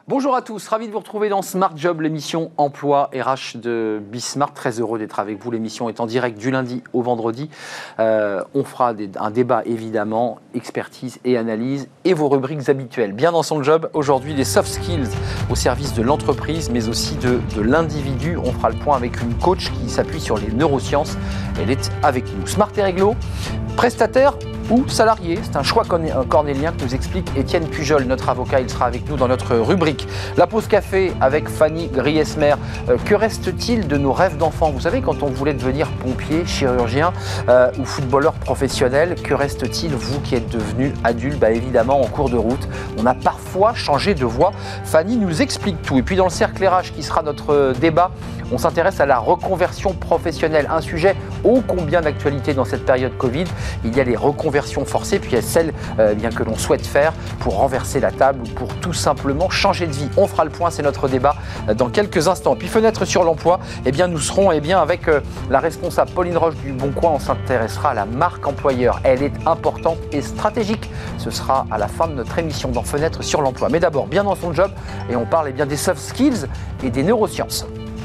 Bonjour à tous, ravi de vous retrouver dans Smart Job, l'émission Emploi RH de Bismart. Très heureux d'être avec vous. L'émission est en direct du lundi au vendredi. On fera un débat évidemment, expertise et analyse et vos rubriques habituelles. Bien dans son job, aujourd'hui les soft skills au service de l'entreprise mais aussi de l'individu. On fera le point avec une coach qui s'appuie sur les neurosciences. Elle est avec nous. Smart et réglo, prestataire ou salarié, c'est un choix cornélien que nous explique Étienne Pujol, notre avocat. Il sera avec nous dans notre rubrique. La pause café avec Fanny Griesmer. Que reste-t-il de nos rêves d'enfant ? Vous savez, quand on voulait devenir pompier, chirurgien ou footballeur professionnel, que reste-t-il, vous qui êtes devenu adulte ? Évidemment, en cours de route, on a parfois changé de voie. Fanny nous explique tout. Et puis dans le cercle RH qui sera notre débat, on s'intéresse à la reconversion professionnelle. Un sujet ô combien d'actualité dans cette période Covid. Il y a les reconversions forcées, puis il y a celles que l'on souhaite faire pour renverser la table ou pour tout simplement changer de vie. On fera le point, c'est notre débat dans quelques instants. Puis fenêtre sur l'emploi, nous serons avec la responsable Pauline Roche du Bon Coin. On s'intéressera à la marque employeur. Elle est importante et stratégique. Ce sera à la fin de notre émission dans Fenêtre sur l'emploi. Mais d'abord, bien dans son job, et on parle des soft skills et des neurosciences.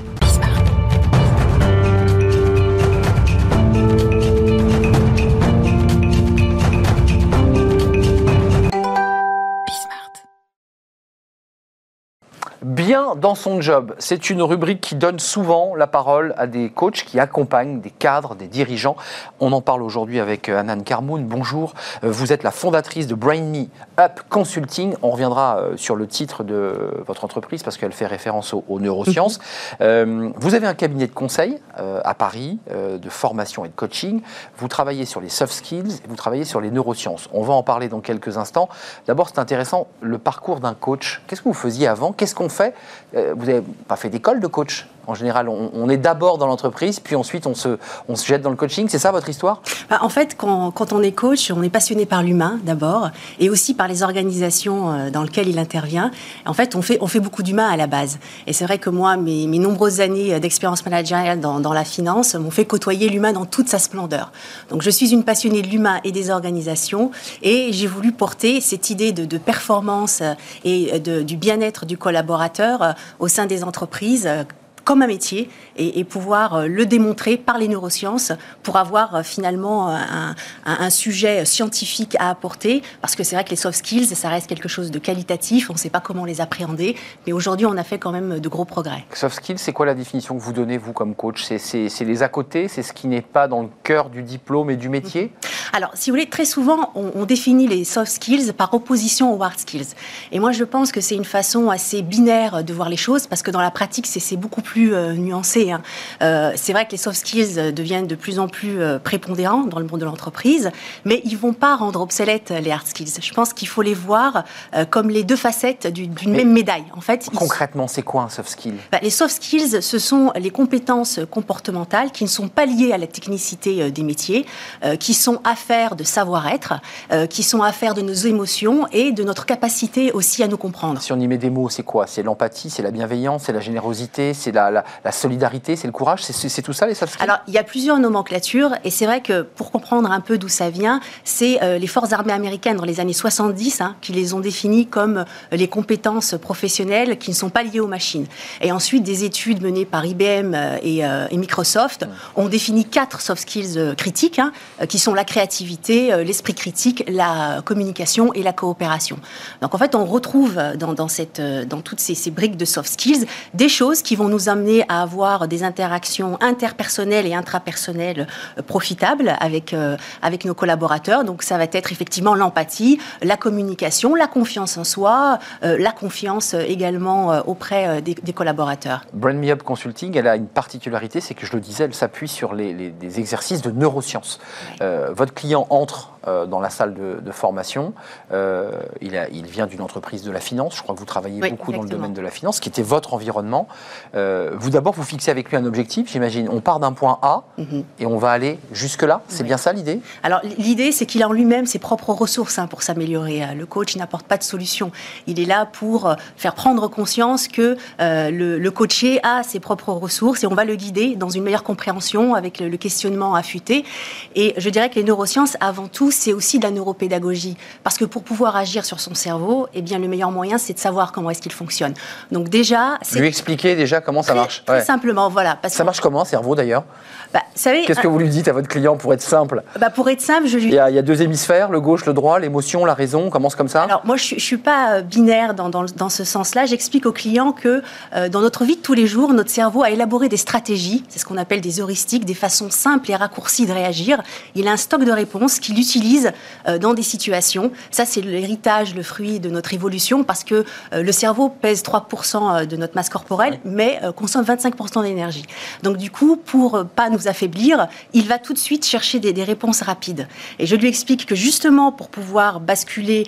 Bien dans son job, c'est une rubrique qui donne souvent la parole à des coachs qui accompagnent des cadres, des dirigeants. On en parle aujourd'hui avec Hanan Karmoun. Bonjour, vous êtes la fondatrice de Brain Me Up Consulting. On reviendra sur le titre de votre entreprise parce qu'elle fait référence aux neurosciences. Vous avez un cabinet de conseil à Paris, de formation et de coaching. Vous travaillez sur les soft skills et vous travaillez sur les neurosciences. On va en parler dans quelques instants. D'abord, c'est intéressant, le parcours d'un coach. Qu'est-ce que vous faisiez avant ? Qu'est-ce qu'on fait ? Vous n'avez pas fait d'école de coach ? En général, on est d'abord dans l'entreprise, puis ensuite on se jette dans le coaching. C'est ça votre histoire ? En fait, quand on est coach, on est passionné par l'humain d'abord, et aussi par les organisations dans lesquelles il intervient. En fait, on fait beaucoup d'humain à la base. Et c'est vrai que moi, mes nombreuses années d'expérience managériale dans la finance m'ont fait côtoyer l'humain dans toute sa splendeur. Donc je suis une passionnée de l'humain et des organisations, et j'ai voulu porter cette idée de performance et du bien-être du collaborateur au sein des entreprises comme un métier et pouvoir le démontrer par les neurosciences pour avoir finalement un sujet scientifique à apporter, parce que c'est vrai que les soft skills, ça reste quelque chose de qualitatif, on ne sait pas comment les appréhender, mais aujourd'hui on a fait quand même de gros progrès. Soft skills, c'est quoi la définition que vous donnez, vous, comme coach ? C'est les à côté, c'est ce qui n'est pas dans le cœur du diplôme et du métier ? Alors, si vous voulez, très souvent, on définit les soft skills par opposition aux hard skills. Et moi, je pense que c'est une façon assez binaire de voir les choses, parce que dans la pratique, c'est beaucoup plus nuancé. C'est vrai que les soft skills deviennent de plus en plus prépondérants dans le monde de l'entreprise, mais ils ne vont pas rendre obsolètes les hard skills. Je pense qu'il faut les voir comme les deux facettes d'une même médaille. En fait, concrètement, c'est quoi un soft skill ? Les soft skills, ce sont les compétences comportementales qui ne sont pas liées à la technicité des métiers, qui sont affaires de savoir-être, qui sont affaires de nos émotions et de notre capacité aussi à nous comprendre. Si on y met des mots, c'est quoi ? C'est l'empathie, c'est la bienveillance, c'est la générosité, c'est la solidarité, c'est le courage, c'est tout ça les soft skills ? Alors, il y a plusieurs nomenclatures et c'est vrai que pour comprendre un peu d'où ça vient, c'est les forces armées américaines dans les années 70 qui les ont définies comme les compétences professionnelles qui ne sont pas liées aux machines. Et ensuite, des études menées par IBM et Microsoft ont défini 4 soft skills critiques qui sont la créativité, l'esprit critique, la communication et la coopération. Donc en fait, on retrouve dans toutes ces briques de soft skills des choses qui vont nous amener à avoir des interactions interpersonnelles et intrapersonnelles profitables avec nos collaborateurs. Donc ça va être effectivement l'empathie, la communication, la confiance en soi, la confiance également auprès des collaborateurs. Brain Me Up Consulting, elle a une particularité, c'est que je le disais, elle s'appuie sur des exercices de neurosciences. Votre client entre dans la salle de formation. Il vient d'une entreprise de la finance. Je crois que vous travaillez beaucoup dans le domaine de la finance, qui était votre environnement. Vous fixez avec lui un objectif, j'imagine. On part d'un point A et on va aller jusque-là. C'est bien ça l'idée ? Alors l'idée, c'est qu'il a en lui-même ses propres ressources pour s'améliorer. Le coach n'apporte pas de solution. Il est là pour faire prendre conscience que le coaché a ses propres ressources et on va le guider dans une meilleure compréhension avec le questionnement affûté. Et je dirais que les neurosciences, avant tout, c'est aussi de la neuropédagogie. Parce que pour pouvoir agir sur son cerveau, eh bien, le meilleur moyen, c'est de savoir comment est-ce qu'il fonctionne. Donc déjà... Lui expliquer déjà comment ça marche. Très simplement, voilà. Ça marche comment, cerveau, d'ailleurs? Savez, qu'est-ce que vous lui dites à votre client pour être simple? Pour être simple, je lui... Il y a deux hémisphères, le gauche, le droit, l'émotion, la raison, on commence comme ça? Alors, moi, je ne suis pas binaire dans ce sens-là. J'explique aux clients que dans notre vie de tous les jours, notre cerveau a élaboré des stratégies, c'est ce qu'on appelle des heuristiques, des façons simples et raccourcies de réagir. Il a un stock de réponses qu'il utilise dans des situations. Ça, c'est l'héritage, le fruit de notre évolution, parce que le cerveau pèse 3% de notre masse corporelle, mais consomme 25% d'énergie. Donc, du coup, pour pas nous affaiblir, il va tout de suite chercher des réponses rapides. Et je lui explique que justement, pour pouvoir basculer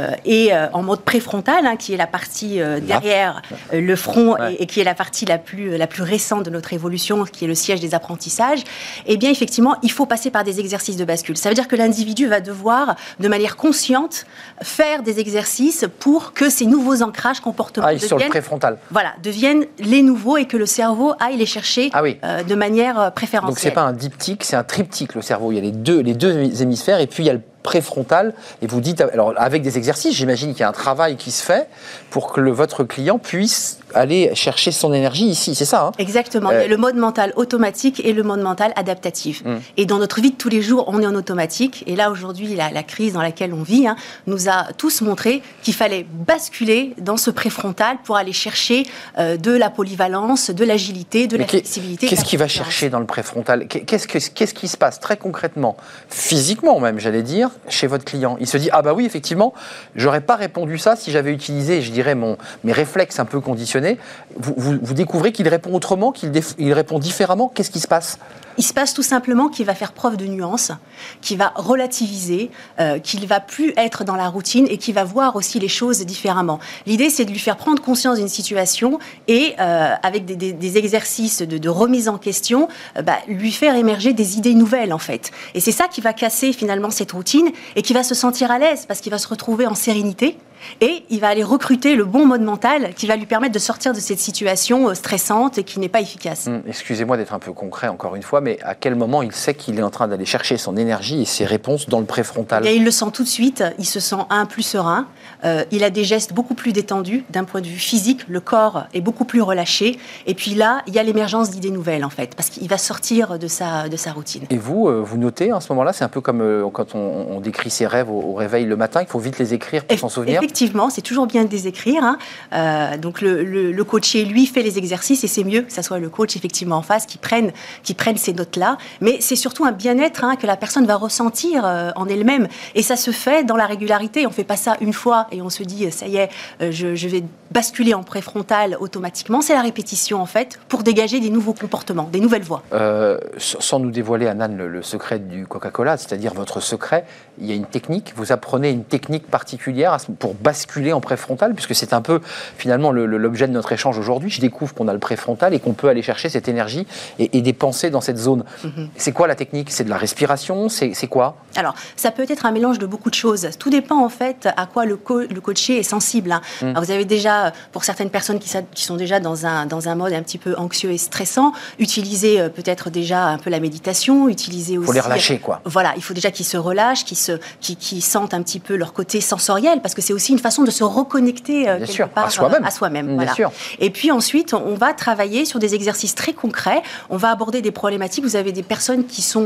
en mode préfrontal, qui est la partie derrière le front et qui est la partie la plus récente de notre évolution, qui est le siège des apprentissages, eh bien, effectivement, il faut passer par des exercices de bascule. Ça veut dire que l'individu va devoir, de manière consciente, faire des exercices pour que ces nouveaux ancrages comportementaux sur le préfrontal. Voilà, deviennent les nouveaux et que le cerveau aille les chercher de manière préférentielle. Donc, c'est pas un diptyque, c'est un triptyque, le cerveau. Il y a les deux hémisphères et puis il y a le préfrontal, et vous dites, alors avec des exercices, j'imagine qu'il y a un travail qui se fait pour que votre client puisse aller chercher son énergie ici, c'est ça? Exactement, il y a le mode mental automatique et le mode mental adaptatif. Et dans notre vie de tous les jours, on est en automatique, et là aujourd'hui, la crise dans laquelle on vit nous a tous montré qu'il fallait basculer dans ce préfrontal pour aller chercher de la polyvalence, de l'agilité, de la flexibilité. Qu'est-ce qu'il va chercher dans le préfrontal? Qu'est-ce qui se passe très concrètement, physiquement même, j'allais dire, chez votre client? Il se dit, ah bah oui, effectivement, j'aurais pas répondu ça si j'avais utilisé, je dirais, mes réflexes un peu conditionnés. Vous découvrez qu'il répond autrement, qu'il répond différemment. Qu'est-ce qui se passe? Il se passe tout simplement qu'il va faire preuve de nuance, qu'il va relativiser, qu'il va plus être dans la routine et qu'il va voir aussi les choses différemment. L'idée, c'est de lui faire prendre conscience d'une situation et, avec des exercices de remise en question, lui faire émerger des idées nouvelles, en fait. Et c'est ça qui va casser finalement cette routine et qui va se sentir à l'aise parce qu'il va se retrouver en sérénité. Et il va aller recruter le bon mode mental qui va lui permettre de sortir de cette situation stressante et qui n'est pas efficace. Excusez-moi d'être un peu concret encore une fois, mais à quel moment il sait qu'il est en train d'aller chercher son énergie et ses réponses dans le préfrontal? Il le sent tout de suite, il se sent plus serein, il a des gestes beaucoup plus détendus d'un point de vue physique, le corps est beaucoup plus relâché, et puis là, il y a l'émergence d'idées nouvelles en fait, parce qu'il va sortir de sa routine. Et vous notez à ce moment-là, c'est un peu comme quand on décrit ses rêves au réveil le matin, il faut vite les écrire pour s'en souvenir? Effectivement, c'est toujours bien de les écrire. Donc le coaché, lui, fait les exercices et c'est mieux que ça soit le coach effectivement en face qui prenne ces notes-là. Mais c'est surtout un bien-être que la personne va ressentir en elle-même. Et ça se fait dans la régularité. On ne fait pas ça une fois et on se dit, ça y est, je vais basculer en préfrontal automatiquement. C'est la répétition en fait pour dégager des nouveaux comportements, des nouvelles voies. Sans nous dévoiler, Anan, le secret du Coca-Cola, c'est-à-dire votre secret, il y a une technique, vous apprenez une technique particulière pour basculer en préfrontal, puisque c'est un peu finalement l'objet de notre échange aujourd'hui. Je découvre qu'on a le préfrontal et qu'on peut aller chercher cette énergie et des pensées dans cette zone. C'est quoi la technique? C'est de la respiration? C'est quoi? Alors, ça peut être un mélange de beaucoup de choses. Tout dépend en fait à quoi le coaché est sensible. Alors, vous avez déjà, pour certaines personnes qui sont déjà dans un mode un petit peu anxieux et stressant, utiliser peut-être déjà un peu la méditation, utiliser aussi... Il faut les relâcher, quoi. Voilà, il faut déjà qu'ils se relâchent, qu'ils sentent un petit peu leur côté sensoriel, parce que c'est aussi une façon de se reconnecter quelque part à soi-même. Voilà. Et puis ensuite, on va travailler sur des exercices très concrets. On va aborder des problématiques. Vous avez des personnes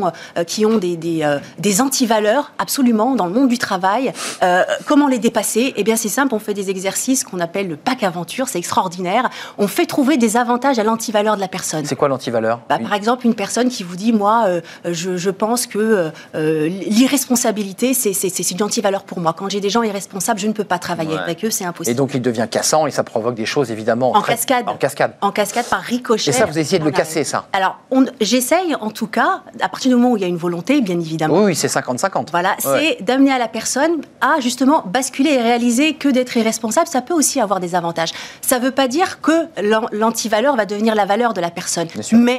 qui ont des antivaleurs absolument dans le monde du travail. Comment les dépasser? Eh bien, c'est simple. On fait des exercices qu'on appelle le pack aventure. C'est extraordinaire. On fait trouver des avantages à l'antivaleur de la personne. C'est quoi l'antivaleur? Par exemple, une personne qui vous dit, moi, je pense que l'irresponsabilité, c'est une antivaleur pour moi. Quand j'ai des gens irresponsables, je ne peux pas travailler avec eux, c'est impossible. Et donc il devient cassant et ça provoque des choses évidemment en cascade. En cascade par ricochet. Et ça, vous essayez de le casser, ça? Alors, j'essaye en tout cas, à partir du moment où il y a une volonté, bien évidemment. Oui, c'est 50-50. Voilà, c'est d'amener à la personne à justement basculer et réaliser que d'être irresponsable, ça peut aussi avoir des avantages. Ça ne veut pas dire que l'antivaleur va devenir la valeur de la personne, mais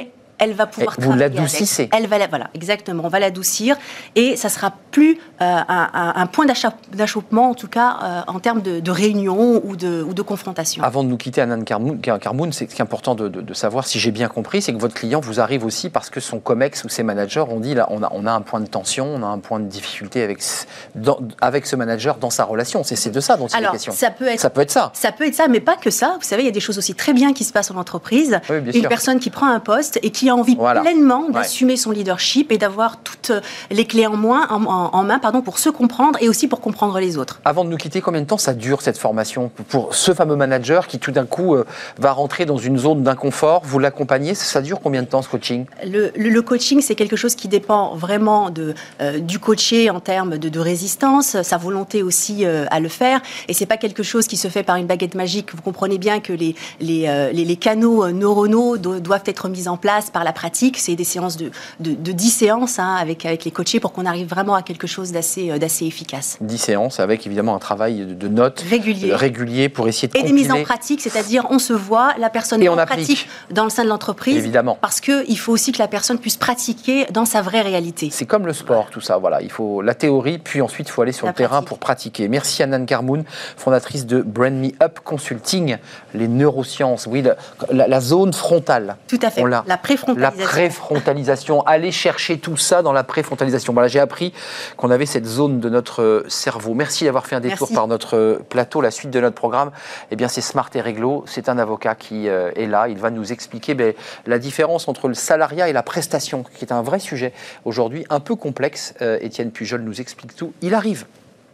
elle va pouvoir vous l'adoucissez. Voilà, exactement. On va l'adoucir et ça sera plus un point d'achoppement, en tout cas, en termes de réunion ou de confrontation. Avant de nous quitter, Anand Karmoun, ce qui est important de savoir, si j'ai bien compris, c'est que votre client vous arrive aussi parce que son COMEX ou ses managers ont dit, là, on a un point de tension, on a un point de difficulté avec ce manager dans sa relation. C'est de ça dont il est question. Ça peut être ça. Ça peut être ça, mais pas que ça. Vous savez, il y a des choses aussi très bien qui se passent en entreprise. Oui, une personne qui prend un poste et qui a envie pleinement d'assumer son leadership et d'avoir toutes les clés en main pour se comprendre et aussi pour comprendre les autres. Avant de nous quitter, combien de temps ça dure cette formation pour ce fameux manager qui tout d'un coup va rentrer dans une zone d'inconfort? Vous l'accompagnez, ça dure combien de temps ce coaching? Le coaching, c'est quelque chose qui dépend vraiment du coaché en termes de résistance, sa volonté aussi à le faire. Et c'est pas quelque chose qui se fait par une baguette magique. Vous comprenez bien que les canaux neuronaux doivent être mis en place par la pratique. C'est des séances de 10 séances avec les coachés pour qu'on arrive vraiment à quelque chose d'assez efficace. 10 séances avec évidemment un travail de notes régulier pour essayer de compiler. Et des mises en pratique, c'est-à-dire on se voit, la personne est en pratique dans le sein de l'entreprise. Évidemment. Parce qu'il faut aussi que la personne puisse pratiquer dans sa vraie réalité. C'est comme le sport, tout ça. Voilà, il faut la théorie, puis ensuite il faut aller sur le terrain pour pratiquer. Merci Anand Karmoun, fondatrice de Brain Me Up Consulting, les neurosciences, la zone frontale. Tout à fait, la préfrontalisation. La préfrontalisation, aller chercher tout ça dans la préfrontalisation. Voilà, j'ai appris qu'on avait cette zone de notre cerveau. Merci d'avoir fait un détour par notre plateau. La suite de notre programme, c'est Smart et Réglo. C'est un avocat qui est là. Il va nous expliquer la différence entre le salariat et la prestation, qui est un vrai sujet aujourd'hui, un peu complexe. Étienne Pujol nous explique tout. Il arrive.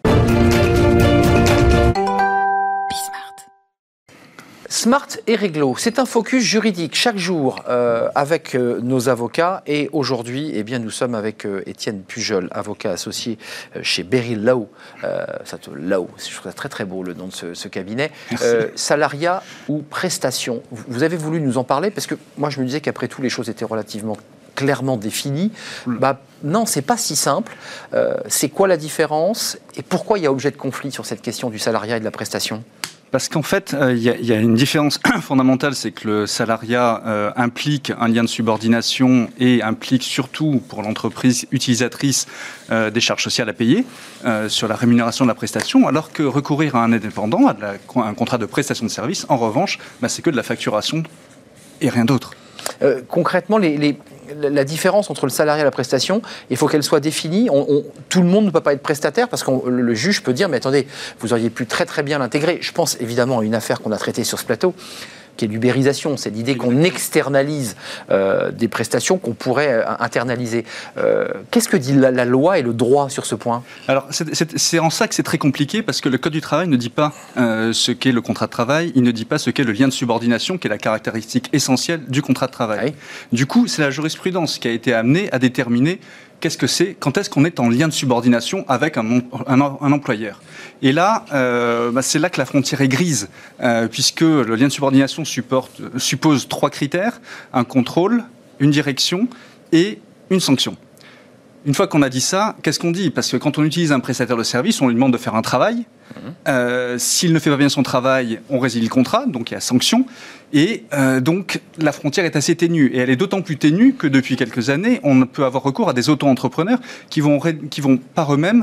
Smart et Réglo, c'est un focus juridique chaque jour avec nos avocats et aujourd'hui, nous sommes avec Étienne Pujol, avocat associé chez Beryl Law. Je trouve ça très très beau le nom de ce cabinet. Salariat ou prestation, vous avez voulu nous en parler parce que moi je me disais qu'après tout les choses étaient relativement clairement définies. Non, c'est pas si simple. C'est quoi la différence et pourquoi il y a objet de conflit sur cette question du salariat et de la prestation ? Parce qu'en fait, il y a une différence fondamentale, c'est que le salariat implique un lien de subordination et implique surtout pour l'entreprise utilisatrice des charges sociales à payer sur la rémunération de la prestation, alors que recourir à un indépendant, à un contrat de prestation de service, en revanche, c'est que de la facturation et rien d'autre. Concrètement, la différence entre le salariat et la prestation, il faut qu'elle soit définie. Tout le monde ne peut pas être prestataire parce que le juge peut dire « mais attendez, vous auriez pu très très bien l'intégrer ». Je pense évidemment à une affaire qu'on a traitée sur ce plateau, qui est l'ubérisation. C'est l'idée qu'on externalise des prestations qu'on pourrait internaliser. Qu'est-ce que dit la loi et le droit sur ce point ? Alors, c'est en ça que c'est très compliqué, parce que le Code du travail ne dit pas ce qu'est le contrat de travail, il ne dit pas ce qu'est le lien de subordination, qui est la caractéristique essentielle du contrat de travail. Oui. Du coup, c'est la jurisprudence qui a été amenée à déterminer qu'est-ce que c'est, quand est-ce qu'on est en lien de subordination avec un employeur. Et là, c'est là que la frontière est grise, puisque le lien de subordination suppose 3 critères, un contrôle, une direction et une sanction. Une fois qu'on a dit ça, qu'est-ce qu'on dit ? Parce que quand on utilise un prestataire de service, on lui demande de faire un travail. S'il ne fait pas bien son travail, on résilie le contrat, donc il y a sanction. Et donc la frontière est assez ténue. Et elle est d'autant plus ténue que depuis quelques années, on peut avoir recours à des auto-entrepreneurs qui vont par eux-mêmes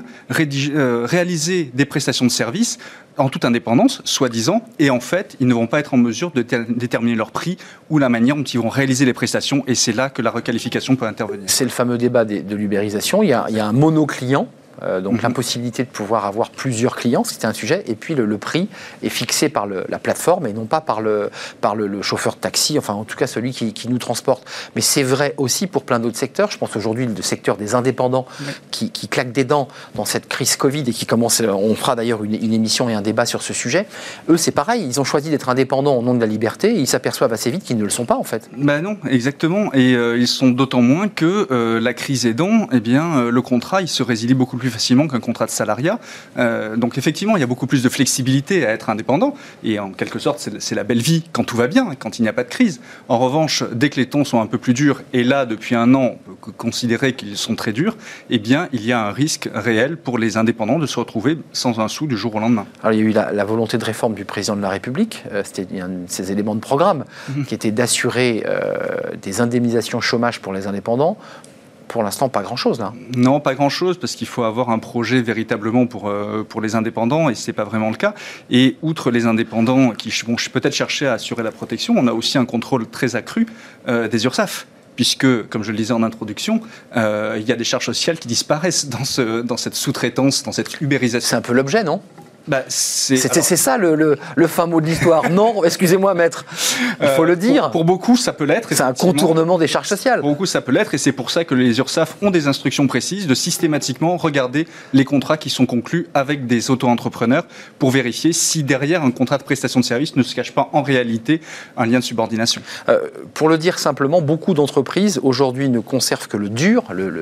réaliser des prestations de services en toute indépendance, soi-disant, et en fait, ils ne vont pas être en mesure de déterminer leur prix ou la manière dont ils vont réaliser les prestations, et c'est là que la requalification peut intervenir. C'est le fameux débat de l'ubérisation. Il y a un monoclient. Donc l'impossibilité de pouvoir avoir plusieurs clients, c'était un sujet, et puis le prix est fixé par la plateforme et non pas par le chauffeur de taxi, enfin en tout cas celui qui nous transporte. Mais c'est vrai aussi pour plein d'autres secteurs. Je pense aujourd'hui le secteur des indépendants qui claquent des dents dans cette crise Covid et qui commence, on fera d'ailleurs une émission et un débat sur ce sujet. Eux c'est pareil, ils ont choisi d'être indépendants au nom de la liberté et ils s'aperçoivent assez vite qu'ils ne le sont pas en fait. Non, exactement, et ils sont d'autant moins que la crise aidant, le contrat il se résilie beaucoup plus plus facilement qu'un contrat de salariat. Donc effectivement, il y a beaucoup plus de flexibilité à être indépendant, et en quelque sorte, c'est la belle vie quand tout va bien, quand il n'y a pas de crise. En revanche, dès que les temps sont un peu plus durs, et là, depuis un an, on peut considérer qu'ils sont très durs, eh bien, il y a un risque réel pour les indépendants de se retrouver sans un sou du jour au lendemain. Alors, il y a eu la volonté de réforme du président de la République, c'était un de ses éléments de programme, qui était d'assurer des indemnisations chômage pour les indépendants. Pour l'instant, pas grand-chose, là. Non, pas grand-chose, parce qu'il faut avoir un projet véritablement pour les indépendants, et ce n'est pas vraiment le cas. Et outre les indépendants qui vont peut-être chercher à assurer la protection, on a aussi un contrôle très accru des URSSAF. Puisque, comme je le disais en introduction, il y a des charges sociales qui disparaissent dans cette sous-traitance, dans cette ubérisation. C'est un peu l'objet, non ? C'est ça le fin mot de l'histoire. Non, excusez-moi, maître, il faut le dire. Pour beaucoup, ça peut l'être. C'est un contournement des charges sociales. Pour beaucoup, ça peut l'être, et c'est pour ça que les URSSAF ont des instructions précises de systématiquement regarder les contrats qui sont conclus avec des auto-entrepreneurs pour vérifier si derrière un contrat de prestation de service ne se cache pas en réalité un lien de subordination. Pour le dire simplement, beaucoup d'entreprises aujourd'hui ne conservent que le dur,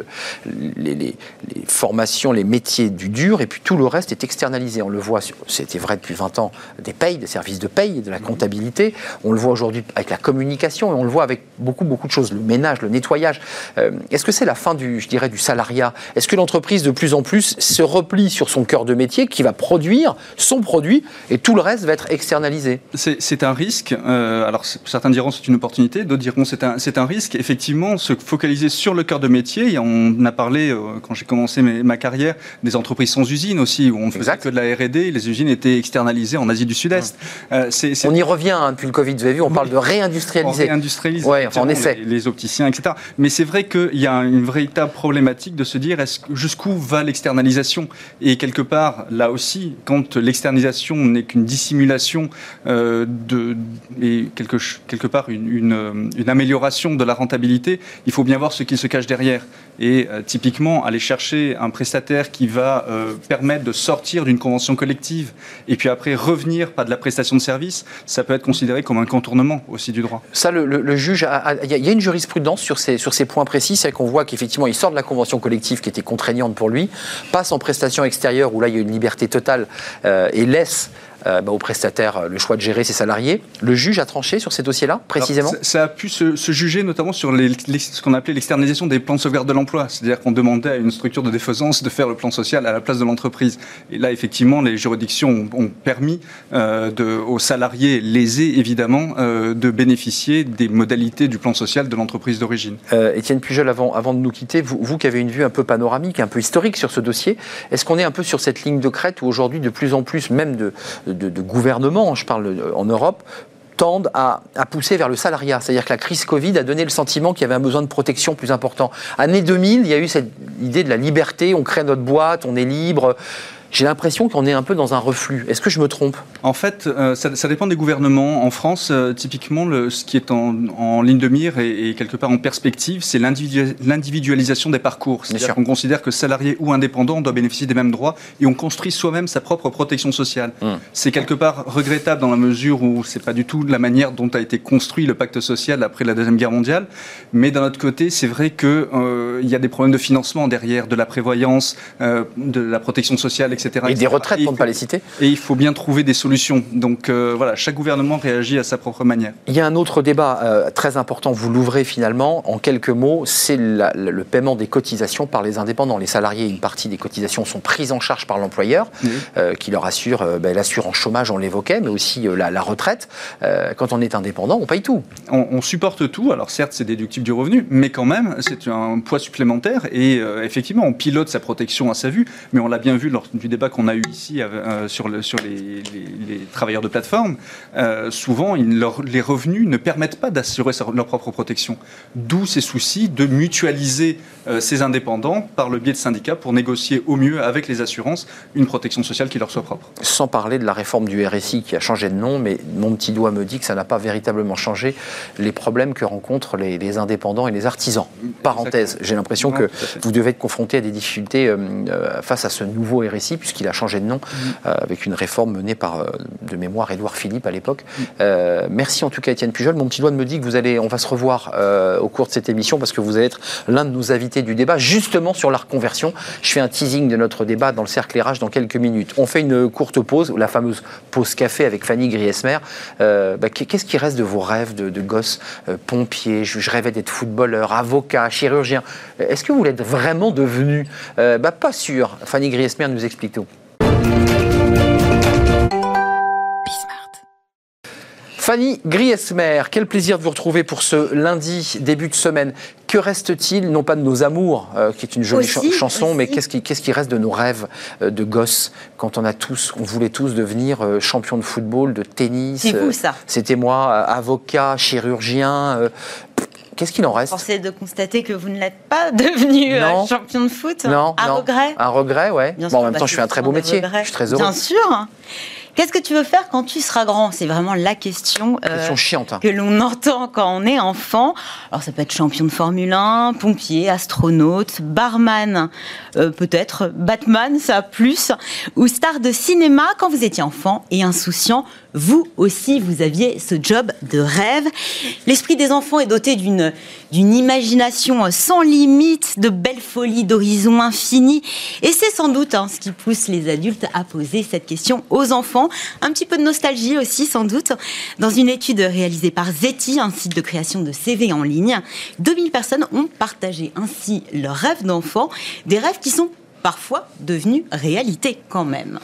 les formations, les métiers du dur, et puis tout le reste est externalisé. On le voit, c'était vrai depuis 20 ans, des payes, des services de paye, de la comptabilité. On le voit aujourd'hui avec la communication, et on le voit avec beaucoup de choses, le ménage, le nettoyage. Est-ce que c'est la fin du salariat ? Est-ce que l'entreprise, de plus en plus, se replie sur son cœur de métier qui va produire son produit, et tout le reste va être externalisé ? C'est un risque. Alors, certains diront c'est une opportunité, d'autres diront c'est un risque. Effectivement, se focaliser sur le cœur de métier, et on a parlé, quand j'ai commencé ma carrière, des entreprises sans usine aussi, où on ne faisait que de la R&D. Les usines étaient externalisées en Asie du Sud-Est. On y revient depuis le Covid, vous avez vu, on parle de réindustrialiser. Ouais, on essaie. Les opticiens, etc. Mais c'est vrai qu'il y a une véritable problématique de se dire jusqu'où va l'externalisation ? Et quelque part, là aussi, quand l'externalisation n'est qu'une dissimulation et quelque part une amélioration de la rentabilité, il faut bien voir ce qui se cache derrière. Et typiquement, aller chercher un prestataire qui va permettre de sortir d'une convention collective et puis après revenir pas de la prestation de service, ça peut être considéré comme un contournement aussi du droit. Ça, le juge, il y a une jurisprudence sur ces points précis, c'est qu'on voit qu'effectivement il sort de la convention collective qui était contraignante pour lui, passe en prestation extérieure où là il y a une liberté totale et laisse au prestataire le choix de gérer ses salariés. Le juge a tranché sur ces dossiers-là, précisément ? Alors, ça a pu se juger notamment sur ce qu'on appelait l'externalisation des plans de sauvegarde de l'emploi. C'est-à-dire qu'on demandait à une structure de défaisance de faire le plan social à la place de l'entreprise. Et là, effectivement, les juridictions ont permis aux salariés lésés, évidemment, de bénéficier des modalités du plan social de l'entreprise d'origine. Étienne Pujol, avant de nous quitter, vous qui avez une vue un peu panoramique, un peu historique sur ce dossier, est-ce qu'on est un peu sur cette ligne de crête où aujourd'hui, de plus en plus, même de gouvernements, je parle en Europe, tendent à pousser vers le salariat. C'est-à-dire que la crise Covid a donné le sentiment qu'il y avait un besoin de protection plus important. Année 2000, il y a eu cette idée de la liberté, on crée notre boîte, on est libre. J'ai l'impression qu'on est un peu dans un reflux. Est-ce que je me trompe ? En fait, ça dépend des gouvernements. En France, typiquement, ce qui est en ligne de mire et quelque part en perspective, c'est l'individualisation des parcours. C'est-à-dire qu'on considère que salarié ou indépendant doit bénéficier des mêmes droits et on construit soi-même sa propre protection sociale. C'est quelque part regrettable dans la mesure où c'est pas du tout la manière dont a été construit le pacte social après la Deuxième Guerre mondiale. Mais d'un autre côté, c'est vrai qu'il y a des problèmes de financement derrière, de la prévoyance, de la protection sociale, etc. Et des retraites, pour ne pas les citer. Et il faut bien trouver des solutions. Donc voilà, chaque gouvernement réagit à sa propre manière. Il y a un autre débat très important, vous l'ouvrez finalement, en quelques mots, c'est le paiement des cotisations par les indépendants. Les salariés, une partie des cotisations sont prises en charge par l'employeur, qui leur assure l'assurance chômage, on l'évoquait, mais aussi la retraite. Quand on est indépendant, on paye tout. On supporte tout. Alors certes, c'est déductible du revenu, mais quand même, c'est un poids supplémentaire. Et effectivement, on pilote sa protection à sa vue, mais on l'a bien vu lors du débat qu'on a eu ici sur les travailleurs de plateforme, souvent les revenus ne permettent pas d'assurer leur propre protection. D'où ces soucis de mutualiser ces indépendants par le biais de syndicats pour négocier au mieux avec les assurances une protection sociale qui leur soit propre. Sans parler de la réforme du RSI qui a changé de nom, mais mon petit doigt me dit que ça n'a pas véritablement changé les problèmes que rencontrent les indépendants et les artisans. Parenthèse, j'ai l'impression que vous devez être confronté à des difficultés face à ce nouveau RSI, puisqu'il a changé de nom avec une réforme menée par, de mémoire, Édouard Philippe à l'époque. Merci en tout cas Étienne Pujol. Mon petit doigt me dit que on va se revoir au cours de cette émission parce que vous allez être l'un de nos invités du débat, justement sur la reconversion. Je fais un teasing de notre débat dans le cercle RH dans quelques minutes. On fait une courte pause, la fameuse pause café avec Fanny Griesmer. Qu'est-ce qui reste de vos rêves de gosse, pompier, je rêvais d'être footballeur, avocat, chirurgien. Est-ce que vous l'êtes vraiment devenu? Pas sûr. Fanny Griesmer nous explique tout. Fanny Griesmer, quel plaisir de vous retrouver pour ce lundi, début de semaine. Que reste-t-il, non pas de nos amours, qui est une jolie chanson, mais qu'est-ce qui reste de nos rêves de gosses quand on voulait tous devenir champion de football, de tennis. C'est vous ça. C'était moi, avocat, chirurgien. Qu'est-ce qu'il en reste? Force est de constater que vous ne l'êtes pas devenu champion de foot. Non. Regret. Un regret, ouais. Bon, en même temps, je fais un très beau métier. Je suis très heureux. Bien sûr. Qu'est-ce que tu veux faire quand tu seras grand? C'est vraiment la question, chiante, que l'on entend quand on est enfant. Alors ça peut être champion de Formule 1, pompier, astronaute, barman, peut-être Batman, ça plus, ou star de cinéma. Quand vous étiez enfant et insouciant, vous aussi, vous aviez ce job de rêve. L'esprit des enfants est doté d'une imagination sans limite, de belles folies, d'horizons infinis. Et c'est sans doute ce qui pousse les adultes à poser cette question aux enfants. Un petit peu de nostalgie aussi, sans doute. Dans une étude réalisée par Zeti, un site de création de CV en ligne, 2000 personnes ont partagé ainsi leurs rêves d'enfant, des rêves qui sont parfois devenus réalité quand même.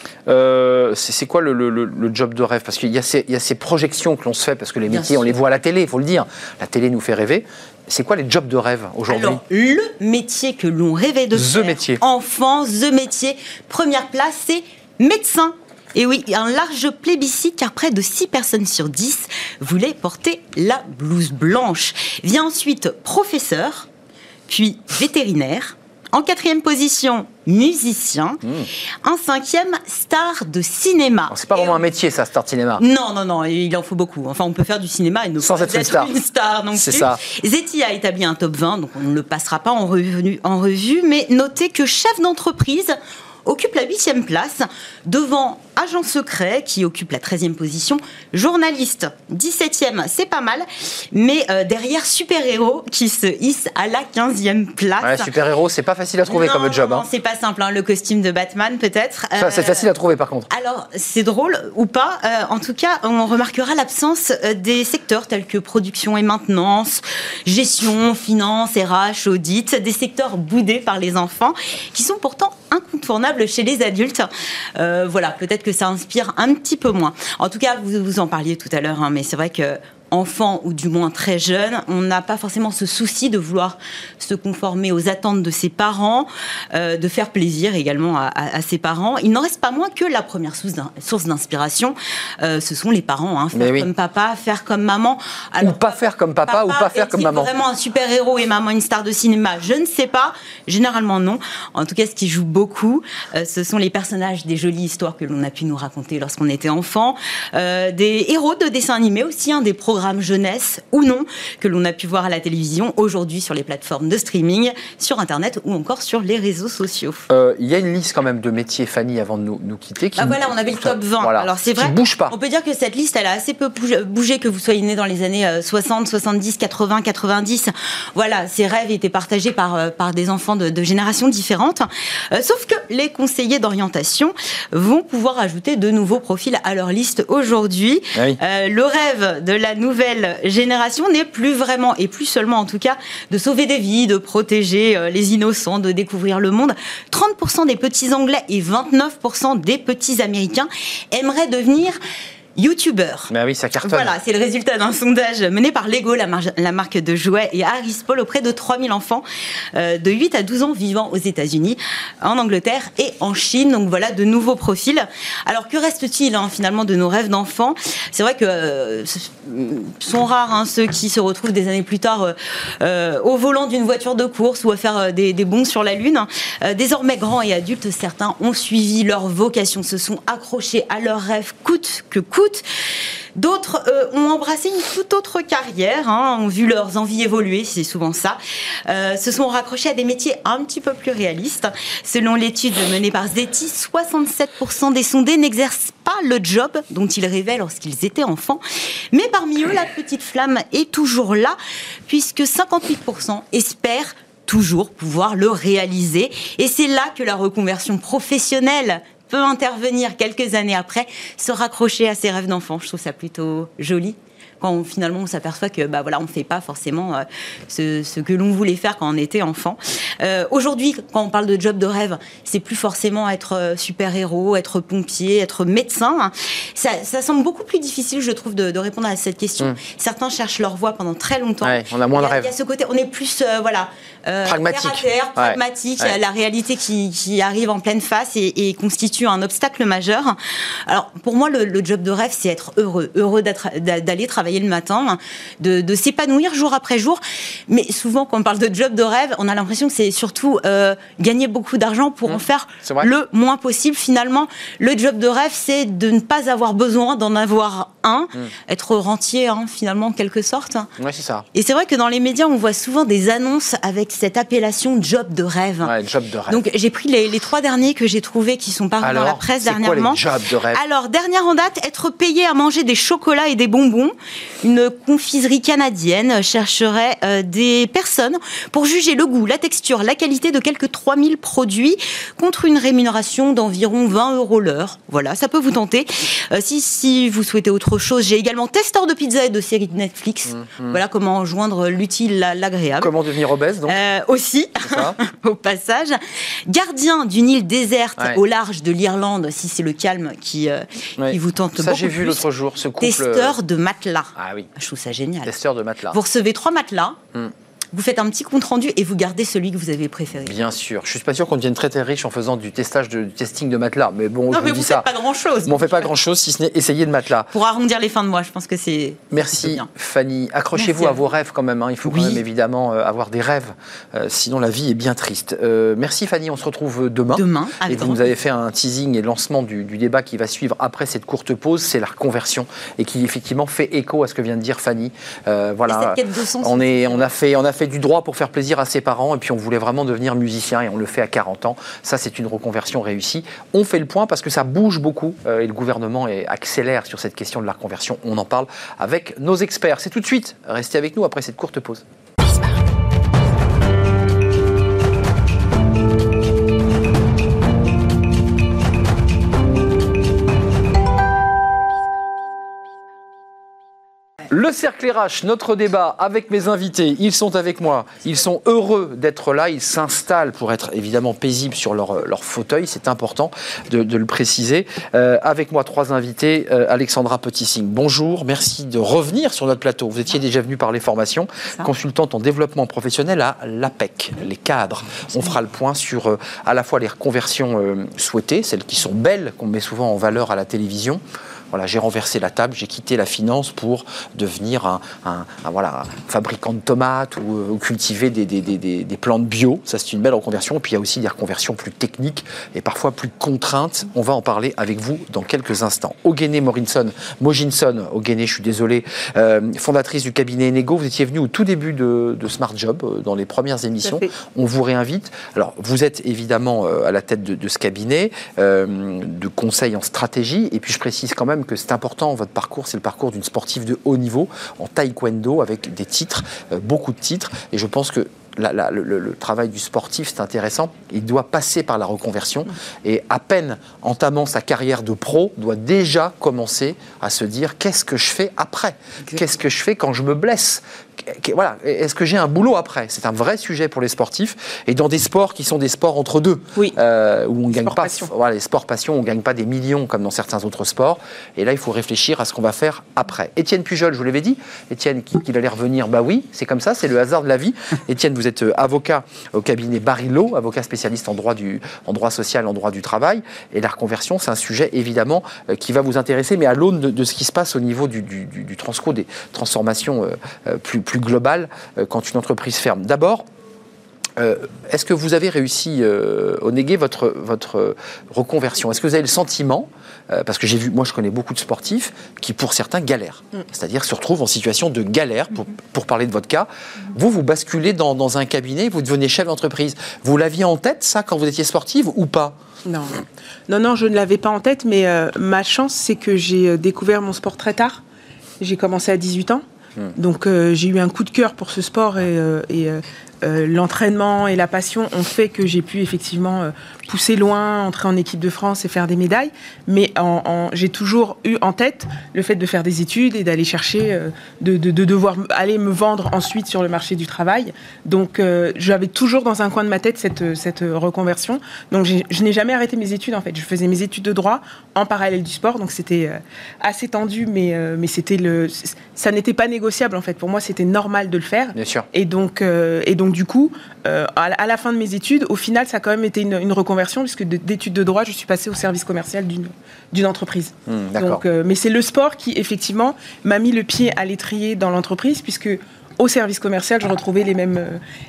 C'est quoi le job de rêve? Parce qu'il y a ces projections que l'on se fait, parce que les métiers, on les voit à la télé, il faut le dire. La télé nous fait rêver. C'est quoi les jobs de rêve aujourd'hui? Alors, le métier que l'on rêvait de faire, métier. Enfant, the métier, première place, c'est médecin. Et oui, un large plébiscite, car près de 6 personnes sur 10 voulaient porter la blouse blanche. Vient ensuite professeur, puis vétérinaire. En 4e position, musicien. En 5e, star de cinéma. Alors, c'est pas vraiment un métier, ça, star de cinéma. Non, il en faut beaucoup. Enfin, on peut faire du cinéma et ne sans pas être une star non c'est plus. Ça. Zeti a établi un top 20, donc on ne le passera pas en revue, mais notez que chef d'entreprise occupe la 8e place, devant agent secret qui occupe la 13e position, journaliste 17e, c'est pas mal, mais derrière super-héros qui se hisse à la 15e place. Ouais, super-héros, c'est pas facile à trouver comme job. Non, c'est pas simple, le costume de Batman peut-être. Ça, c'est facile à trouver par contre. Alors, c'est drôle ou pas, en tout cas, on remarquera l'absence des secteurs tels que production et maintenance, gestion, finance, RH, audit, des secteurs boudés par les enfants, qui sont pourtant incontournables chez les adultes. Voilà, peut-être que ça inspire un petit peu moins. En tout cas, vous en parliez tout à l'heure, mais c'est vrai que enfant ou du moins très jeune, on n'a pas forcément ce souci de vouloir se conformer aux attentes de ses parents, de faire plaisir également à ses parents. Il n'en reste pas moins que la première source d'inspiration, ce sont les parents. Faire comme papa, faire comme maman. Alors, ou pas faire comme papa ou pas faire comme maman. Vraiment un super-héros et maman une star de cinéma, je ne sais pas. Généralement non. En tout cas, ce qui joue beaucoup, ce sont les personnages des jolies histoires que l'on a pu nous raconter lorsqu'on était enfant, des héros de dessins animés aussi, des programmes jeunesse ou non que l'on a pu voir à la télévision, aujourd'hui sur les plateformes de streaming, sur Internet ou encore sur les réseaux sociaux. Il y a une liste quand même de métiers, Fanny, avant de nous quitter. Voilà, on avait le top 20. Voilà, alors c'est vrai, qui bouge pas. On peut dire que cette liste, elle a assez peu bougé, que vous soyez né dans les années 60, 70, 80, 90. Voilà, ces rêves étaient partagés par des enfants de générations différentes. Sauf que les conseillers d'orientation vont pouvoir ajouter de nouveaux profils à leur liste aujourd'hui. Oui. Le rêve de la nouvelle génération n'est plus vraiment, et plus seulement en tout cas, de sauver des vies, de protéger les innocents, de découvrir le monde. 30% des petits Anglais et 29% des petits Américains aimeraient devenir youtubeur. Ben oui, ça cartonne. Voilà, c'est le résultat d'un sondage mené par Lego, la marque de jouets, et Harris Paul auprès de 3000 enfants de 8 à 12 ans vivant aux États-Unis, en Angleterre et en Chine. Donc voilà, de nouveaux profils. Alors que reste-t-il finalement de nos rêves d'enfants? C'est vrai que sont rares ceux qui se retrouvent des années plus tard au volant d'une voiture de course ou à faire des bonds sur la Lune. Désormais grands et adultes, certains ont suivi leur vocation, se sont accrochés à leurs rêves coûte que coûte. écoute. D'autres ont embrassé une toute autre carrière, ont vu leurs envies évoluer, c'est souvent ça. Se sont raccrochés à des métiers un petit peu plus réalistes. Selon l'étude menée par Zeti, 67% des sondés n'exercent pas le job dont ils rêvaient lorsqu'ils étaient enfants. Mais parmi eux, la petite flamme est toujours là, puisque 58% espèrent toujours pouvoir le réaliser. Et c'est là que la reconversion professionnelle peut intervenir quelques années après, se raccrocher à ses rêves d'enfant. Je trouve ça plutôt joli. Quand finalement on s'aperçoit que on ne fait pas forcément ce que l'on voulait faire quand on était enfant. Aujourd'hui, quand on parle de job de rêve, c'est plus forcément être super-héros, être pompier, être médecin. Ça semble beaucoup plus difficile, je trouve, de répondre à cette question. Certains cherchent leur voie pendant très longtemps. Ouais, on a moins de rêves. Il y a ce côté, on est plus pragmatique. Terre à terre, pragmatique. Ouais. La réalité qui arrive en pleine face et constitue un obstacle majeur. Alors pour moi, le job de rêve, c'est être heureux d'aller travailler le matin, de s'épanouir jour après jour. Mais souvent, quand on parle de job de rêve, on a l'impression que c'est surtout gagner beaucoup d'argent pour en faire le moins possible. Finalement, le job de rêve, c'est de ne pas avoir besoin d'en avoir un, être rentier, finalement, en quelque sorte. Oui, c'est ça. Et c'est vrai que dans les médias, on voit souvent des annonces avec cette appellation job de rêve. Ouais, job de rêve. Donc, j'ai pris les 3 derniers que j'ai trouvés qui sont parus dans la presse dernièrement. C'est quoi les jobs de rêve ? Alors, dernière en date, être payé à manger des chocolats et des bonbons. Une confiserie canadienne chercherait des personnes pour juger le goût, la texture, la qualité de quelques 3000 produits contre une rémunération d'environ 20 € l'heure. Voilà, ça peut vous tenter. Si vous souhaitez autre chose, j'ai également testeur de pizza et de séries de Netflix. Voilà comment joindre l'utile à l'agréable. Comment devenir obèse, donc aussi, au passage. Gardien d'une île déserte au large de l'Irlande, si c'est le calme qui vous tente beaucoup. Ça, j'ai vu l'autre jour, ce couple. Testeur de matelas. Ah oui. Je trouve ça génial. Testeur de matelas. Vous recevez 3 matelas. Vous faites un petit compte-rendu et vous gardez celui que vous avez préféré. Bien sûr. Je suis pas sûr qu'on devienne très très riche en faisant du testing de matelas. Mais bon, je vous dis ça. Non, mais vous faites pas grand-chose. Mais on fait pas grand-chose si ce n'est essayer de matelas. Pour arrondir les fins de mois, je pense que c'est... Merci Fanny. Accrochez-vous à vos rêves quand même. Il faut quand même évidemment avoir des rêves. Sinon la vie est bien triste. Merci Fanny, on se retrouve demain. Et vous nous avez fait un teasing et lancement du débat qui va suivre après cette courte pause. C'est la reconversion et qui effectivement fait écho à ce que vient de dire Fanny. Voilà. Cette quête de sens, on a fait du droit pour faire plaisir à ses parents et puis on voulait vraiment devenir musicien et on le fait à 40 ans. Ça, c'est une reconversion réussie. On fait le point parce que ça bouge beaucoup et le gouvernement accélère sur cette question de la reconversion. On en parle avec nos experts. C'est tout de suite. Restez avec nous après cette courte pause. Le cercle RH, notre débat avec mes invités, ils sont avec moi, ils sont heureux d'être là, ils s'installent pour être évidemment paisibles sur leur fauteuil, c'est important de le préciser. Avec moi 3 invités, Alexandra Petit-Signe, bonjour, merci de revenir sur notre plateau. Vous étiez déjà venue par les formations, consultante en développement professionnel à l'APEC, les cadres. On fera le point sur à la fois les reconversions souhaitées, celles qui sont belles, qu'on met souvent en valeur à la télévision. Voilà, j'ai renversé la table, j'ai quitté la finance pour devenir un fabricant de tomates ou cultiver des plantes bio. Ça, c'est une belle reconversion. Et puis, il y a aussi des reconversions plus techniques et parfois plus contraintes. On va en parler avec vous dans quelques instants. Ogéné Moginson, Ogéné, je suis désolé, fondatrice du cabinet Enego. Vous étiez venue au tout début de Smart Job, dans les premières émissions. On vous réinvite. Alors, vous êtes évidemment à la tête de ce cabinet de conseil en stratégie. Et puis, je précise quand même que c'est important, votre parcours, c'est le parcours d'une sportive de haut niveau en taekwondo avec des titres, beaucoup de titres, et je pense que le travail du sportif, c'est intéressant, il doit passer par la reconversion et à peine entamant sa carrière de pro, doit déjà commencer à se dire qu'est-ce que je fais après ? Qu'est-ce que je fais quand je me blesse ? Voilà, est-ce que j'ai un boulot après ? C'est un vrai sujet pour les sportifs et dans des sports qui sont des sports entre deux, où on ne gagne pas, voilà, les sports passion, on ne gagne pas des millions comme dans certains autres sports. Et là, il faut réfléchir à ce qu'on va faire après. Étienne Pujol, je vous l'avais dit, Étienne qu'il allait revenir, bah oui, c'est comme ça, c'est le hasard de la vie. Étienne, vous êtes avocat au cabinet Barilo, avocat spécialiste en droit social, en droit du travail. Et la reconversion, c'est un sujet évidemment qui va vous intéresser, mais à l'aune de ce qui se passe au niveau du transco, des transformations plus globales quand une entreprise ferme. D'abord, Est-ce que vous avez réussi, Onégué, votre reconversion? Est-ce que vous avez le sentiment, parce que moi je connais beaucoup de sportifs qui pour certains galèrent, c'est-à-dire se retrouvent en situation de galère, pour parler de votre cas, vous basculez dans un cabinet, vous devenez chef d'entreprise. Vous l'aviez en tête ça quand vous étiez sportive ou pas? Non, je ne l'avais pas en tête, mais ma chance c'est que j'ai découvert mon sport très tard. J'ai commencé à 18 ans, donc j'ai eu un coup de cœur pour ce sport et l'entraînement et la passion ont fait que j'ai pu effectivement pousser loin, entrer en équipe de France et faire des médailles. Mais j'ai toujours eu en tête le fait de faire des études et d'aller chercher, de devoir aller me vendre ensuite sur le marché du travail. Donc j'avais toujours dans un coin de ma tête cette reconversion. Donc je n'ai jamais arrêté mes études en fait. Je faisais mes études de droit en parallèle du sport. Donc c'était assez tendu, mais ça n'était pas négociable en fait. Pour moi, c'était normal de le faire. Bien sûr. Et donc du coup, à la fin de mes études, au final, ça a quand même été une reconversion, puisque d'études de droit, je suis passée au service commercial d'une entreprise. Donc, mais c'est le sport qui, effectivement, m'a mis le pied à l'étrier dans l'entreprise, puisque au service commercial, je retrouvais les mêmes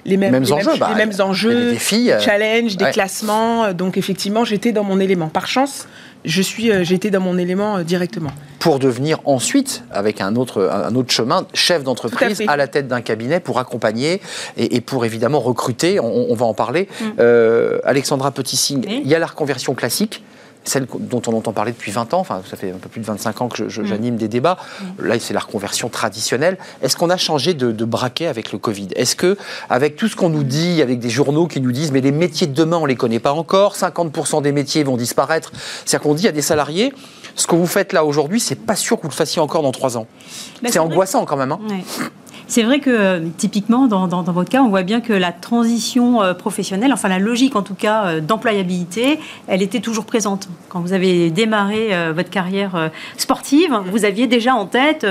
enjeux, des défis, challenges, des classements. Donc, effectivement, j'étais dans mon élément. Par chance, j'ai été dans mon élément directement. Pour devenir ensuite, avec un autre chemin, chef d'entreprise à la tête d'un cabinet pour accompagner et pour évidemment recruter, on va en parler. Alexandra Petit-Signe, il y a la reconversion classique, celle dont on entend parler depuis 20 ans, enfin ça fait un peu plus de 25 ans que j'anime des débats, là c'est la reconversion traditionnelle. Est-ce qu'on a changé de braquet avec le Covid? Est-ce que, avec tout ce qu'on nous dit, avec des journaux qui nous disent mais les métiers de demain on ne les connaît pas encore, 50% des métiers vont disparaître, c'est-à-dire qu'on dit à des salariés, ce que vous faites là aujourd'hui, c'est pas sûr que vous le fassiez encore dans 3 ans. C'est angoissant quand même. Ouais. C'est vrai que typiquement dans votre cas, on voit bien que la transition professionnelle, enfin la logique en tout cas d'employabilité, elle était toujours présente. Quand vous avez démarré votre carrière sportive, vous aviez déjà en tête,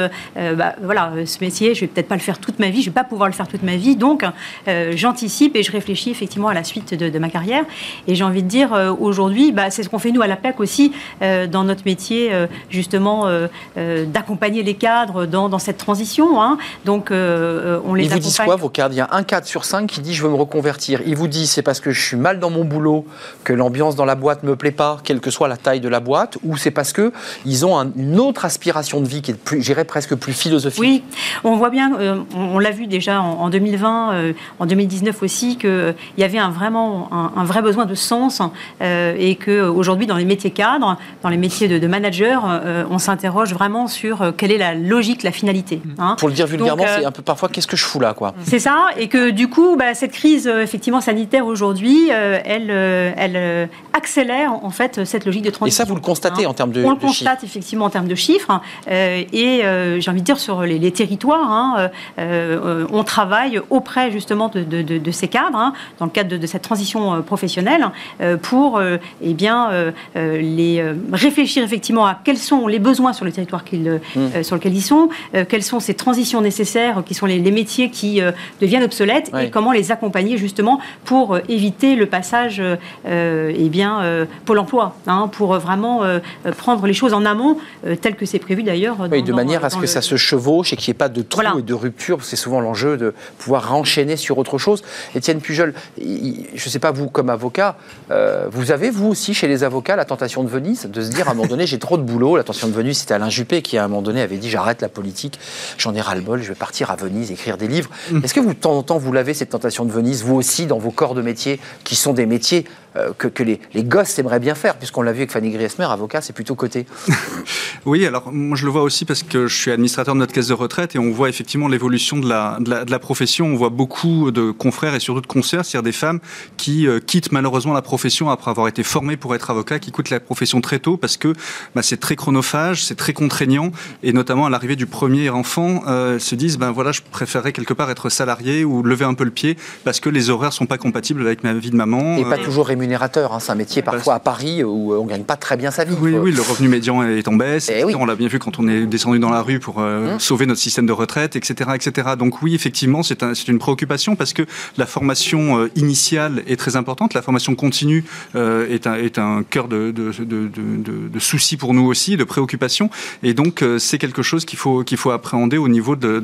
ce métier, je vais peut-être pas le faire toute ma vie, je vais pas pouvoir le faire toute ma vie, donc j'anticipe et je réfléchis effectivement à la suite de ma carrière. Et j'ai envie de dire aujourd'hui, c'est ce qu'on fait nous à l'APEC aussi dans notre métier justement d'accompagner les cadres dans cette transition. Hein. Donc on les accompagne. Ils vous disent quoi, vos cadres? Il y a un cadre sur 5 qui dit je veux me reconvertir. Il vous dit c'est parce que je suis mal dans mon boulot, que l'ambiance dans la boîte me plaît pas, quelle que soit la taille de la boîte, ou c'est parce que ils ont une autre aspiration de vie qui est plus, j'irais presque plus philosophique. Oui, on voit bien, on l'a vu déjà en 2020, en 2019 aussi, qu'il y avait un vrai besoin de sens et qu'aujourd'hui dans les métiers cadres, dans les métiers de manager, on s'interroge vraiment sur quelle est la logique, la finalité. Hein. Pour le dire vulgairement, c'est un peu parfois qu'est-ce que je fous là, quoi. C'est ça, et que du coup, cette crise effectivement sanitaire aujourd'hui, elle accélère en fait cette logique de transition. Et ça, vous le constatez en termes de chiffres. On le constate effectivement en termes de chiffres, et j'ai envie de dire sur les territoires, on travaille auprès justement de ces cadres, dans le cadre de cette transition professionnelle, pour les réfléchir effectivement à quels sont les besoins sur le territoire sur lequel ils sont, quelles sont ces transitions nécessaires, qui sont les métiers qui deviennent obsolètes, et comment les accompagner justement pour éviter le passage Pôle emploi, pour vraiment prendre les choses en amont, tel que c'est prévu d'ailleurs. De manière à ce que ça se chevauche et qu'il n'y ait pas de trou et de rupture. C'est souvent l'enjeu de pouvoir enchaîner sur autre chose. Étienne Pujol, je ne sais pas, vous comme avocat, vous avez vous aussi chez les avocats la tentation de Venise, de se dire à un moment donné j'ai trop de boulot. La tentation de Venise, c'était Alain Juppé qui à un moment donné avait dit j'arrête la politique, j'en ai ras-le-bol, je vais partir à Venise écrire des livres. Est-ce que de temps en temps vous l'avez cette tentation de Venise, vous aussi dans vos corps de métier qui sont des métiers que les gosses aimeraient bien faire, puisqu'on l'a vu avec Fanny Griesmer, avocat, c'est plutôt coté. Oui, alors moi je le vois aussi parce que je suis administrateur de notre caisse de retraite et on voit effectivement l'évolution de la profession. On voit beaucoup de confrères et surtout de consoeurs, c'est-à-dire des femmes qui quittent malheureusement la profession après avoir été formées pour être avocat, qui quittent la profession très tôt parce que c'est très chronophage, c'est très contraignant, et notamment à l'arrivée du premier enfant, se disent je préférerais quelque part être salarié ou lever un peu le pied parce que les horaires sont pas compatibles avec ma vie de maman. Et pas toujours rémunérateur, c'est un métier parfois à Paris où on gagne pas très bien sa vie. Oui, le revenu médian est en baisse, on l'a bien vu quand on est descendu dans la rue pour sauver notre système de retraite, etc. Donc oui, effectivement, c'est une préoccupation parce que la formation initiale est très importante, la formation continue est un cœur de souci pour nous aussi, de préoccupation, et donc c'est quelque chose qu'il faut appréhender au niveau de la profession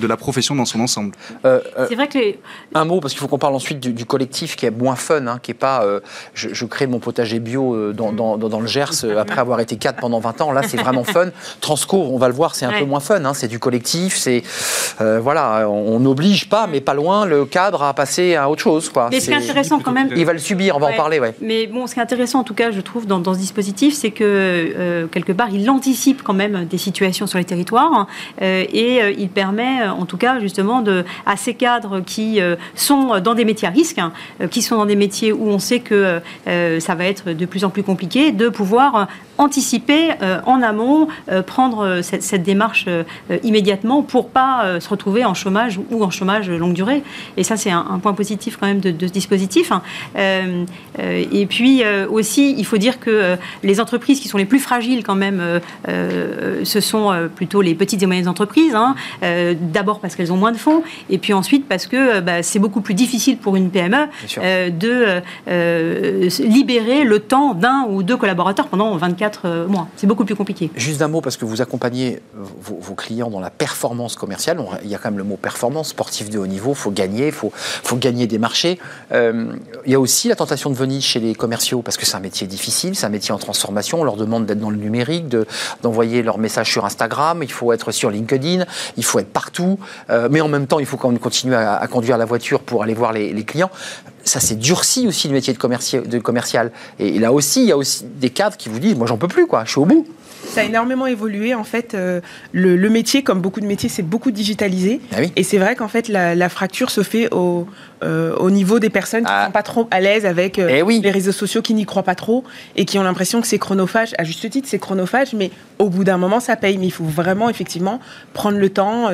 profession dans son ensemble. C'est vrai que un mot, parce qu'il faut qu'on parle ensuite du collectif qui est moins fun, qui est pas je crée mon potager bio dans le Gers après avoir été cadre pendant 20 ans. Là, c'est vraiment fun. Transco, on va le voir, c'est un peu moins fun. C'est du collectif, c'est voilà, on n'oblige pas, mais pas loin le cadre à passer à autre chose, quoi. Mais ce qui est intéressant quand même, il va le subir, on va en parler, Mais bon, ce qui est intéressant en tout cas, je trouve dans ce dispositif, c'est que quelque part, il anticipe quand même des situations sur les territoires et il permet, en tout cas, justement, à ces cadres qui sont dans des métiers à risque, qui sont dans des métiers où on sait que ça va être de plus en plus compliqué, de pouvoir anticiper en amont, prendre cette démarche immédiatement pour pas se retrouver en chômage ou en chômage longue durée. Et ça, c'est un point positif quand même de ce dispositif. Et puis aussi, il faut dire que les entreprises qui sont les plus fragiles quand même, ce sont plutôt les petites et moyennes entreprises. D'abord parce qu'elles ont moins de fonds, et puis ensuite parce que c'est beaucoup plus difficile pour une PME de libérer le temps d'un ou deux collaborateurs pendant 24 mois. C'est beaucoup plus compliqué. Juste un mot, parce que vous accompagnez vos clients dans la performance commerciale. Il y a quand même le mot performance, sportif de haut niveau, il faut gagner, il faut gagner des marchés. Il y a aussi la tentation de venir chez les commerciaux, parce que c'est un métier difficile, c'est un métier en transformation, on leur demande d'être dans le numérique, d'envoyer leurs messages sur Instagram, il faut être sur LinkedIn, il faut être partout, mais en même temps, il faut quand même continuer à conduire la voiture pour aller voir les clients. Ça s'est durci aussi le métier de commercial. Et là aussi, il y a aussi des cadres qui vous disent, moi j'en peux plus, je suis au bout. Ça a énormément évolué. En fait, le métier, comme beaucoup de métiers, c'est beaucoup digitalisé. Ah oui. Et c'est vrai qu'en fait, la fracture se fait au niveau des personnes qui ne sont pas trop à l'aise avec les réseaux sociaux, qui n'y croient pas trop et qui ont l'impression que c'est chronophage. À juste titre, c'est chronophage, mais au bout d'un moment, ça paye. Mais il faut vraiment, effectivement, prendre le temps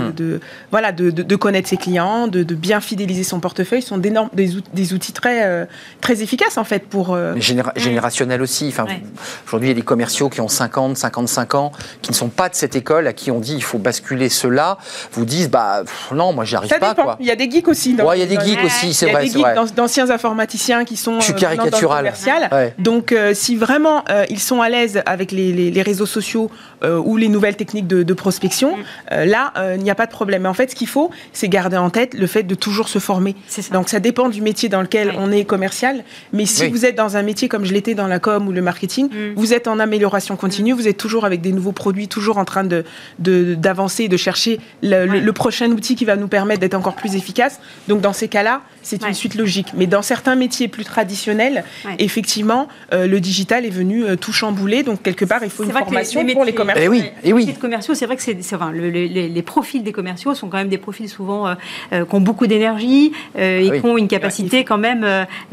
de connaître ses clients, de bien fidéliser son portefeuille. Ce sont des outils très, très efficaces, en fait, pour... Générationnel aussi. Aujourd'hui, il y a des commerciaux qui ont 50, 55 ans, qui ne sont pas de cette école, à qui on dit il faut basculer cela, vous disent non, moi j'y arrive pas. Ça dépend. Il y a des geeks aussi. Il y a des geeks aussi, c'est vrai. Il y a des geeks d'anciens informaticiens qui sont je suis caricatural. Dans le commercial. Donc si vraiment ils sont à l'aise avec les réseaux sociaux ou les nouvelles techniques de prospection, là il n'y a pas de problème. Mais en fait, ce qu'il faut, c'est garder en tête le fait de toujours se former. Donc ça dépend du métier dans lequel on est commercial. Mais si vous êtes dans un métier comme je l'étais dans la com ou le marketing, vous êtes en amélioration continue, vous êtes toujours avec des nouveaux produits, toujours en train d'avancer, de chercher le prochain outil qui va nous permettre d'être encore plus efficace. Donc dans ces cas-là, c'est une suite logique. Mais dans certains métiers plus traditionnels, effectivement, le digital est venu tout chambouler. Donc quelque part, il faut une formation pour les commerciaux. Les métiers de commerciaux, c'est vrai que les profils des commerciaux sont quand même des profils souvent qui ont beaucoup d'énergie et qui ont une capacité quand même,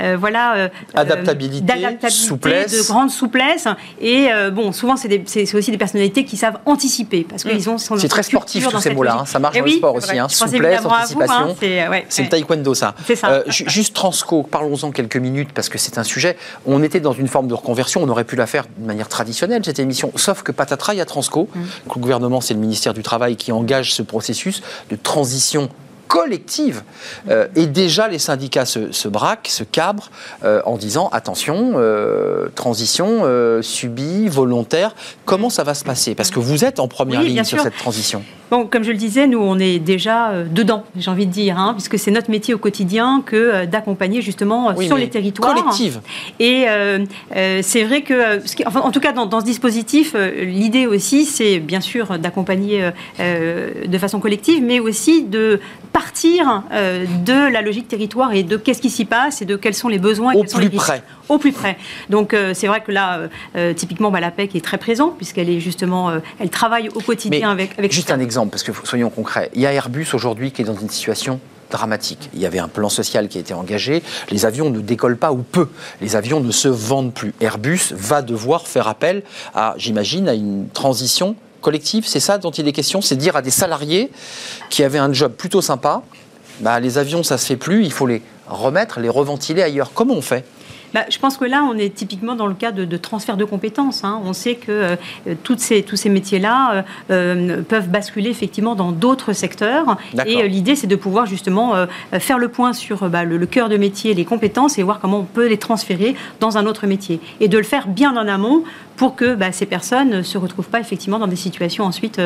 adaptabilité, souplesse, de grande souplesse. Et souvent c'est aussi des personnalités qui savent anticiper parce qu'ils sont. C'est très sportif tous ces mots-là. Ça marche dans le sport aussi. Souplesse, anticipation. C'est le taekwondo, ça. C'est ça. Juste Transco, parlons-en quelques minutes parce que c'est un sujet. On était dans une forme de reconversion. On aurait pu la faire de manière traditionnelle cette émission, sauf que patatras, il y a Transco. Le gouvernement, c'est le ministère du Travail qui engage ce processus de transition collective. Et déjà, les syndicats se braquent, se cabrent en disant attention, transition subie, volontaire. Comment ça va se passer? Parce que vous êtes en première ligne sur cette transition. Bon, comme je le disais, nous, on est déjà dedans, j'ai envie de dire, puisque c'est notre métier au quotidien que d'accompagner justement sur les territoires. Collective. Et c'est vrai que, en tout cas, dans ce dispositif, l'idée aussi, c'est bien sûr d'accompagner de façon collective, mais aussi de partir de la logique territoire et de qu'est-ce qui s'y passe et de quels sont les besoins et quels sont les risques. Au plus près. Donc c'est vrai que là, typiquement, l'APEC est très présente puisqu'elle est justement, elle travaille au quotidien avec juste un exemple, parce que soyons concrets. Il y a Airbus aujourd'hui qui est dans une situation dramatique. Il y avait un plan social qui a été engagé. Les avions ne décollent pas ou peu. Les avions ne se vendent plus. Airbus va devoir faire appel j'imagine, à une transition collective. C'est ça dont il est question, c'est dire à des salariés qui avaient un job plutôt sympa, les avions ça se fait plus, il faut les remettre, les reventiler ailleurs. Comment on fait ? Je pense que là, on est typiquement dans le cas de transfert de compétences. On sait que tous ces métiers-là peuvent basculer effectivement dans d'autres secteurs. D'accord. Et l'idée, c'est de pouvoir justement faire le point sur le cœur de métier, les compétences, et voir comment on peut les transférer dans un autre métier. Et de le faire bien en amont pour que ces personnes ne se retrouvent pas effectivement dans des situations ensuite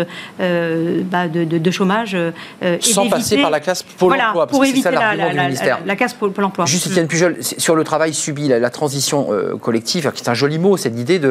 de chômage. Sans passer par la case Pôle emploi, pour éviter la case Pôle emploi. Juste, Étienne Pujol, sur le travail subi, la transition collective, qui est un joli mot, cette idée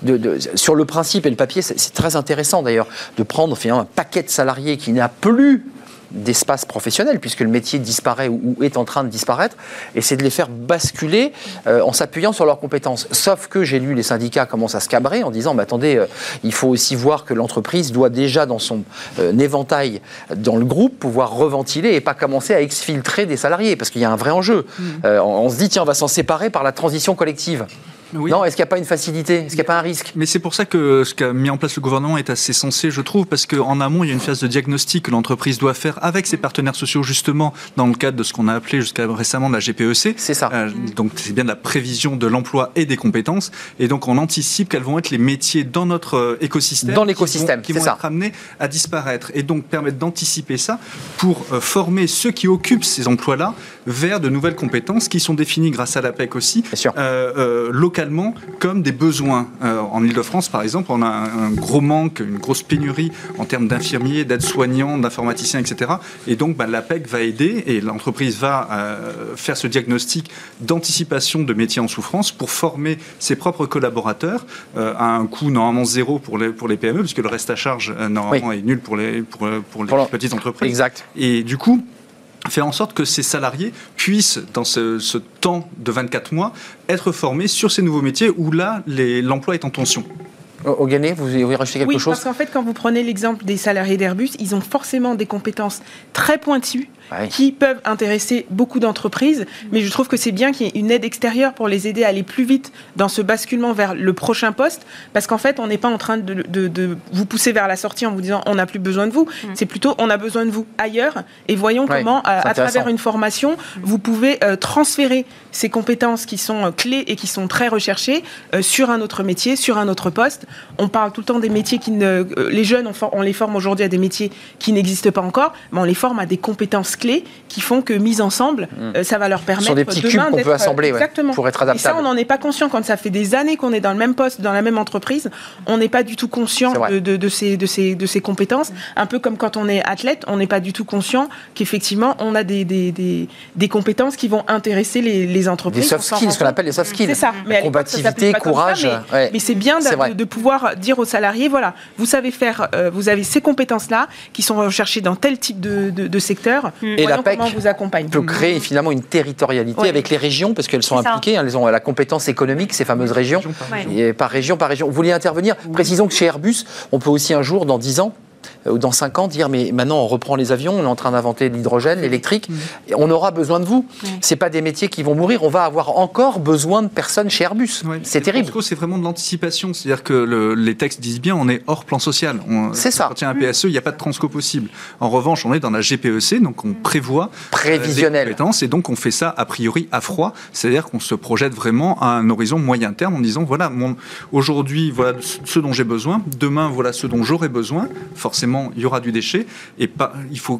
sur le principe et le papier, c'est très intéressant d'ailleurs, de prendre finalement un paquet de salariés qui n'a plus d'espace professionnel, puisque le métier disparaît ou est en train de disparaître, et c'est de les faire basculer en s'appuyant sur leurs compétences. Sauf que j'ai lu les syndicats commencent à se cabrer en disant, attendez, il faut aussi voir que l'entreprise doit déjà, dans son éventail, dans le groupe, pouvoir reventiler et pas commencer à exfiltrer des salariés, parce qu'il y a un vrai enjeu. On se dit, tiens, on va s'en séparer par la transition collective. Oui. Non, est-ce qu'il n'y a pas une facilité ? Est-ce qu'il n'y a pas un risque ? Mais c'est pour ça que ce qu'a mis en place le gouvernement est assez sensé, je trouve, parce qu'en amont, il y a une phase de diagnostic que l'entreprise doit faire avec ses partenaires sociaux, justement, dans le cadre de ce qu'on a appelé jusqu'à récemment la GPEC. C'est ça. Donc, c'est bien de la prévision de l'emploi et des compétences. Et donc, on anticipe quels vont être les métiers dans notre écosystème. Dans l'écosystème, qui vont être amenés à disparaître. Et donc, permettre d'anticiper ça pour former ceux qui occupent ces emplois-là vers de nouvelles compétences qui sont définies grâce à l'APEC aussi, localement, comme des besoins. En Ile-de-France, par exemple, on a un gros manque, une grosse pénurie en termes d'infirmiers, d'aides-soignants, d'informaticiens, etc. Et donc, l'APEC va aider et l'entreprise va faire ce diagnostic d'anticipation de métiers en souffrance pour former ses propres collaborateurs à un coût normalement zéro pour les PME, puisque le reste à charge normalement est nul pour les petites entreprises. Exact. Et du coup, faire en sorte que ces salariés puissent, dans ce temps de 24 mois, être formés sur ces nouveaux métiers où là, l'emploi est en tension. Oghané, vous voulez rajouter quelque chose ? Oui, parce qu'en fait, quand vous prenez l'exemple des salariés d'Airbus, ils ont forcément des compétences très pointues qui peuvent intéresser beaucoup d'entreprises, mais je trouve que c'est bien qu'il y ait une aide extérieure pour les aider à aller plus vite dans ce basculement vers le prochain poste, parce qu'en fait, on n'est pas en train de vous pousser vers la sortie en vous disant on n'a plus besoin de vous, c'est plutôt on a besoin de vous ailleurs, et voyons comment, à travers une formation, vous pouvez transférer ces compétences qui sont clés et qui sont très recherchées sur un autre métier, sur un autre poste. On parle tout le temps des métiers les jeunes, on les forme aujourd'hui à des métiers qui n'existent pas encore, mais on les forme à des compétences clés qui font que, mises ensemble, ça va leur permettre sur des petits cubes qu'on peut assembler pour être adaptable. Et ça, on n'en est pas conscient quand ça fait des années qu'on est dans le même poste, dans la même entreprise. On n'est pas du tout conscient de ces compétences. Un peu comme quand on est athlète, on n'est pas du tout conscient qu'effectivement, on a des compétences qui vont intéresser les entreprises. Des soft skills, ce qu'on appelle les soft skills. C'est ça. Mais combativité, courage. Mais c'est bien de pouvoir dire aux salariés, voilà, vous savez faire, vous avez ces compétences-là qui sont recherchées dans tel type de secteur. Et l'APEC vous accompagne. peut créer finalement une territorialité avec les régions, parce qu'elles sont impliquées, elles ont la compétence économique, ces fameuses régions, et par région. Vous vouliez intervenir ? Précisons que chez Airbus, on peut aussi un jour, dans 10 ans, ou dans 5 ans, dire mais maintenant on reprend les avions, on est en train d'inventer l'hydrogène, l'électrique, et on aura besoin de vous. C'est pas des métiers qui vont mourir, on va avoir encore besoin de personnes chez Airbus. C'est terrible. C'est vraiment de l'anticipation, c'est-à-dire que les textes disent bien on est hors plan social. C'est ça. Quand il y a un PSE, il n'y a pas de transco possible. En revanche, on est dans la GPEC, donc on prévoit prévisionnel. Des compétences, et donc on fait ça a priori à froid, c'est-à-dire qu'on se projette vraiment à un horizon moyen terme en disant voilà, aujourd'hui voilà ce dont j'ai besoin, demain voilà ce dont j'aurai besoin. Forcément, il y aura du déchet, et il faut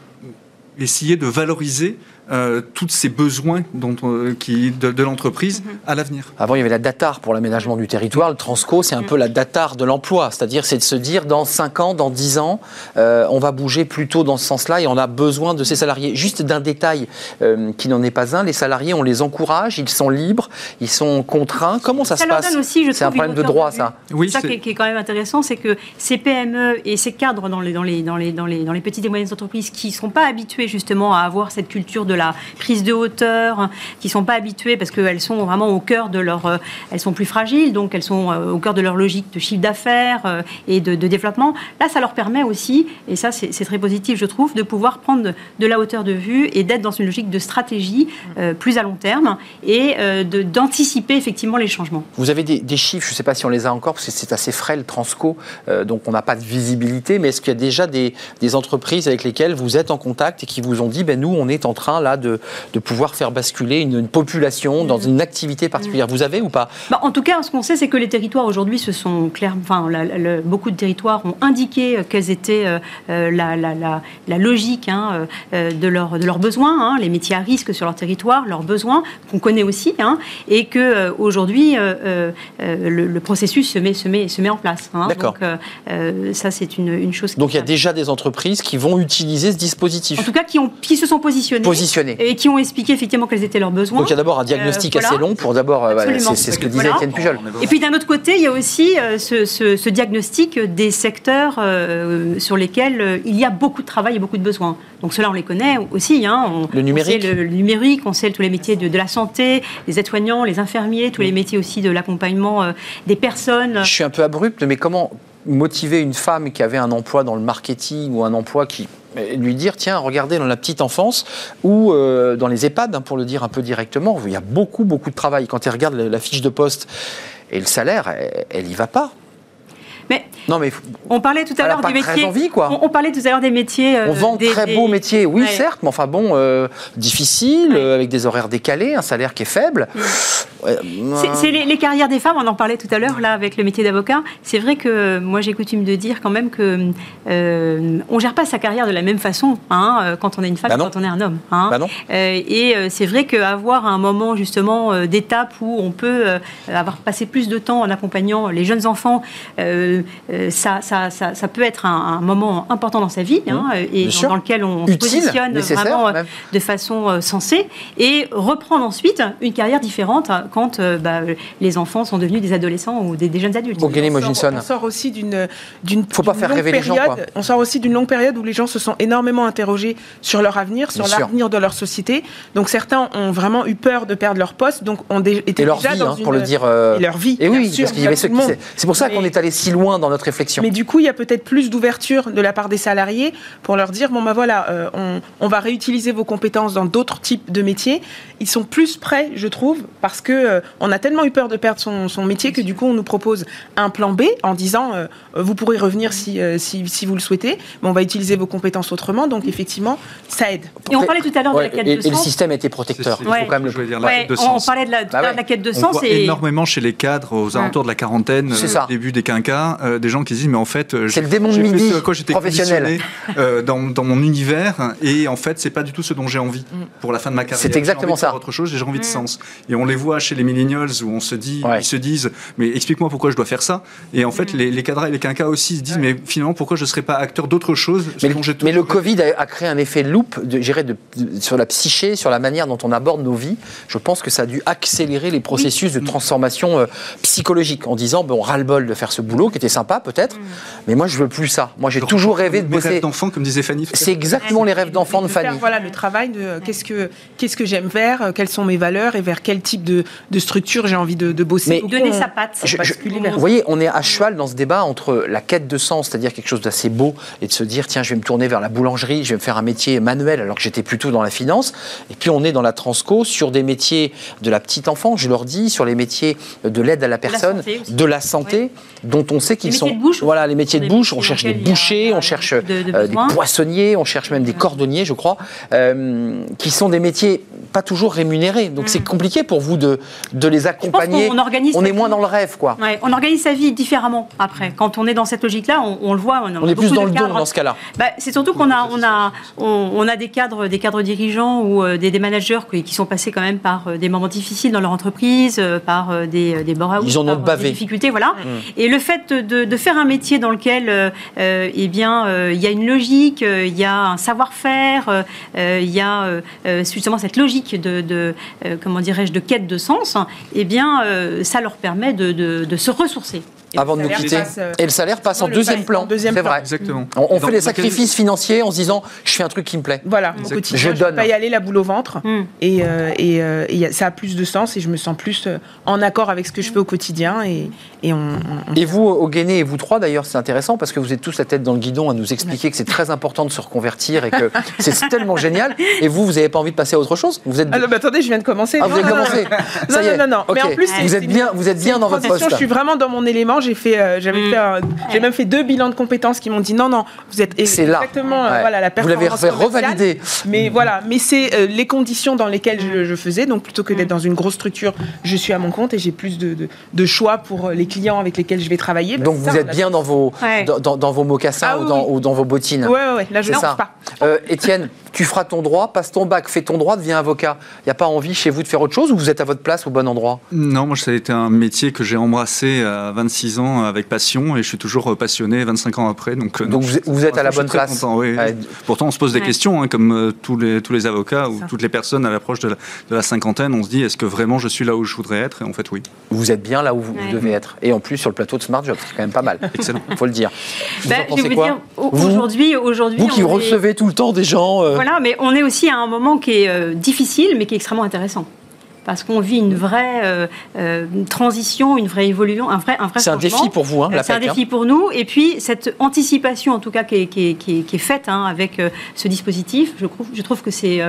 essayer de valoriser tous ces besoins de l'entreprise à l'avenir. Avant, il y avait la DATAR pour l'aménagement du territoire. Le Transco, c'est un peu la DATAR de l'emploi. C'est-à-dire, c'est de se dire, dans 5 ans, dans 10 ans, on va bouger plutôt dans ce sens-là et on a besoin de ces salariés. Juste d'un détail qui n'en est pas un, les salariés, on les encourage, ils sont libres, ils sont contraints. Comment ça se passe ? C'est un problème de droit, ça. Oui, ça qui est quand même intéressant, c'est que ces PME et ces cadres dans les petites et moyennes entreprises qui ne sont pas habitués justement à avoir cette culture de la prise de hauteur, qui ne sont pas habituées parce qu'elles sont vraiment au cœur de leur... elles sont plus fragiles, donc elles sont au cœur de leur logique de chiffre d'affaires et de développement. Là, ça leur permet aussi, et ça c'est très positif je trouve, de pouvoir prendre de la hauteur de vue et d'être dans une logique de stratégie plus à long terme et d'anticiper effectivement les changements. Vous avez des chiffres, je ne sais pas si on les a encore, parce que c'est assez frais le Transco, donc on n'a pas de visibilité, mais est-ce qu'il y a déjà des entreprises avec lesquelles vous êtes en contact et qui vous ont dit, nous on est en train là là, de pouvoir faire basculer une population dans une activité particulière. Vous avez ou pas? En tout cas, ce qu'on sait, c'est que les territoires aujourd'hui se sont beaucoup de territoires ont indiqué quelles étaient la logique de leurs besoins, les métiers à risque sur leur territoire, leurs besoins qu'on connaît aussi, et que aujourd'hui le processus se met en place. D'accord. Donc ça, c'est une chose. Donc il y a déjà des entreprises qui vont utiliser ce dispositif. En tout cas, qui se sont positionnées et qui ont expliqué effectivement quels étaient leurs besoins. Donc il y a d'abord un diagnostic assez long pour d'abord. C'est ce que disait Étienne Pujol. Et puis d'un autre côté, il y a aussi ce diagnostic des secteurs sur lesquels il y a beaucoup de travail et beaucoup de besoins. Donc ceux-là, on les connaît aussi. Le numérique. On sait le numérique, on sait tous les métiers de la santé, les aides-soignants, les infirmiers, tous les métiers aussi de l'accompagnement des personnes. Je suis un peu abrupte, mais comment motiver une femme qui avait un emploi dans le marketing ou un emploi lui dire, tiens, regardez, dans la petite enfance ou dans les EHPAD, pour le dire un peu directement, il y a beaucoup de travail. Quand elle regarde la fiche de poste et le salaire, elle n'y va pas. Mais non, mais on parlait tout à l'heure des métiers. Envie, quoi. On parlait tout à l'heure des métiers. On vend très beaux métiers, oui, certes, mais enfin difficile, avec des horaires décalés, un salaire qui est faible. C'est les carrières des femmes. On en parlait tout à l'heure là avec le métier d'avocat. C'est vrai que moi j'ai coutume de dire quand même que on gère pas sa carrière de la même façon quand on est une femme que quand on est un homme. Et c'est vrai qu'avoir un moment justement d'étape où on peut avoir passé plus de temps en accompagnant les jeunes enfants. Ça peut être un moment important dans sa vie et dans lequel on se positionne vraiment de façon sensée et reprendre ensuite une carrière différente quand les enfants sont devenus des adolescents ou des jeunes adultes. On sort aussi faut pas faire rêver les gens, quoi. On sort aussi d'une longue période où les gens se sont énormément interrogés sur leur avenir, sur l'avenir de leur société. Donc certains ont vraiment eu peur de perdre leur poste, donc ont été déjà dans pour le dire. Et leur vie. Et oui, sûr, parce qu'il y avait c'est pour ça qu'on est allé si loin dans notre réflexion. Mais du coup, il y a peut-être plus d'ouverture de la part des salariés pour leur dire on va réutiliser vos compétences dans d'autres types de métiers. Ils sont plus prêts, je trouve, parce que on a tellement eu peur de perdre son métier que du coup, on nous propose un plan B en disant vous pourrez revenir si vous le souhaitez, mais on va utiliser vos compétences autrement. Donc effectivement, ça aide. Et on parlait tout à l'heure de la quête de sens. Et le système a été protecteur. Il faut quand même le dire. On parlait de la quête de sens. On voit énormément chez les cadres aux alentours de la quarantaine, au début des quinquas, des gens qui se disent mais en fait c'est le démon de midi professionnel dans mon univers et en fait c'est pas du tout ce dont j'ai envie pour la fin de ma carrière. C'est exactement ça. Autre chose, j'ai envie de sens. Et on les voit chez les millennials où ils se disent mais explique-moi pourquoi je dois faire ça. Et en fait les cadres et les quinquas aussi se disent mais finalement pourquoi je serais pas acteur d'autre chose. Mais le Covid a créé un effet loupe sur la psyché, sur la manière dont on aborde nos vies. Je pense que ça a dû accélérer les processus de transformation psychologique en disant bon ras-le-bol de faire ce boulot qui était sympa peut-être, mais moi je veux plus ça. Moi j'ai toujours rêvé de bosser. Les rêves d'enfant, comme disait Fanny. C'est exactement les rêves d'enfant de Fanny. Voilà le travail de qu'est-ce que j'aime faire, quelles sont mes valeurs et vers quel type de structure j'ai envie de bosser. Mais donner sa patte. Vous voyez, on est à cheval dans ce débat entre la quête de sens, c'est-à-dire quelque chose d'assez beau, et de se dire tiens je vais me tourner vers la boulangerie, je vais me faire un métier manuel alors que j'étais plutôt dans la finance. Et puis on est dans la transco sur des métiers de la petite enfance, je leur dis, sur les métiers de l'aide à la personne, de la santé, dont on sait qu'ils sont... Voilà, les métiers de bouche, on cherche des bouchers, on cherche des poissonniers, on cherche même des cordonniers, je crois, qui sont des métiers pas toujours rémunérés. Donc c'est compliqué pour vous de les accompagner. On est moins dans le rêve, quoi. Ouais, on organise sa vie différemment après. Quand on est dans cette logique-là, on le voit. On est plus dans le don dans ce cas-là. C'est surtout qu'on a des cadres dirigeants ou des managers qui sont passés quand même par des moments difficiles dans leur entreprise, par des burn-out, ils en ont bavé. Des difficultés, voilà. Et le fait de faire un métier dans lequel il y a une logique, il y a un savoir-faire, il y a justement cette logique de quête de sens, ça leur permet de se ressourcer. Avant de nous quitter. Et le salaire passe en deuxième plan. C'est vrai. Exactement. On fait des sacrifices financiers en se disant je fais un truc qui me plaît. Voilà, au quotidien, je ne peux pas y aller la boule au ventre. Et ça a plus de sens et je me sens plus en accord avec ce que je fais au quotidien. Et vous, Auguené, et vous trois d'ailleurs, c'est intéressant parce que vous êtes tous la tête dans le guidon à nous expliquer que c'est très important de se reconvertir et que c'est tellement génial. Et vous n'avez pas envie de passer à autre chose? Attendez, je viens de commencer. Vous avez commencé. Ça y est. Non. Okay. Mais en plus, vous êtes bien dans votre poste. Je suis vraiment dans mon élément. Non, j'ai même fait 2 bilans de compétences qui m'ont dit non, vous êtes exactement la performance. Vous l'avez revalidé. Mais c'est les conditions dans lesquelles je faisais. Donc plutôt que d'être dans une grosse structure, je suis à mon compte et j'ai plus de choix pour les clients avec lesquels je vais travailler. Donc vous êtes bien dans vos mocassins ou dans vos bottines. Ouais. Là, je ne pense pas. Étienne, tu feras ton droit, passe ton bac, fais ton droit, deviens avocat. Il n'y a pas envie chez vous de faire autre chose ou vous êtes à votre place au bon endroit? Non, moi ça a été un métier que j'ai embrassé à 26 ans avec passion et je suis toujours passionné 25 ans après. Donc vous êtes à la bonne place. Oui. Pourtant on se pose des questions, comme tous les avocats ou toutes les personnes à l'approche de la cinquantaine. On se dit, est-ce que vraiment je suis là où je voudrais être? Et en fait, oui. Vous êtes bien là où vous devez être. Et en plus sur le plateau de Smart Job, c'est quand même pas mal. Excellent, il faut le dire. Je vais vous dire, aujourd'hui, vous qui recevez tout le temps des gens... Voilà, mais on est aussi à un moment qui est difficile, mais qui est extrêmement intéressant. Parce qu'on vit une vraie transition, une vraie évolution, un vrai changement. C'est un défi pour vous, la PEC. C'est un défi pour nous. Et puis, cette anticipation, en tout cas, qui est faite avec ce dispositif, je trouve que c'est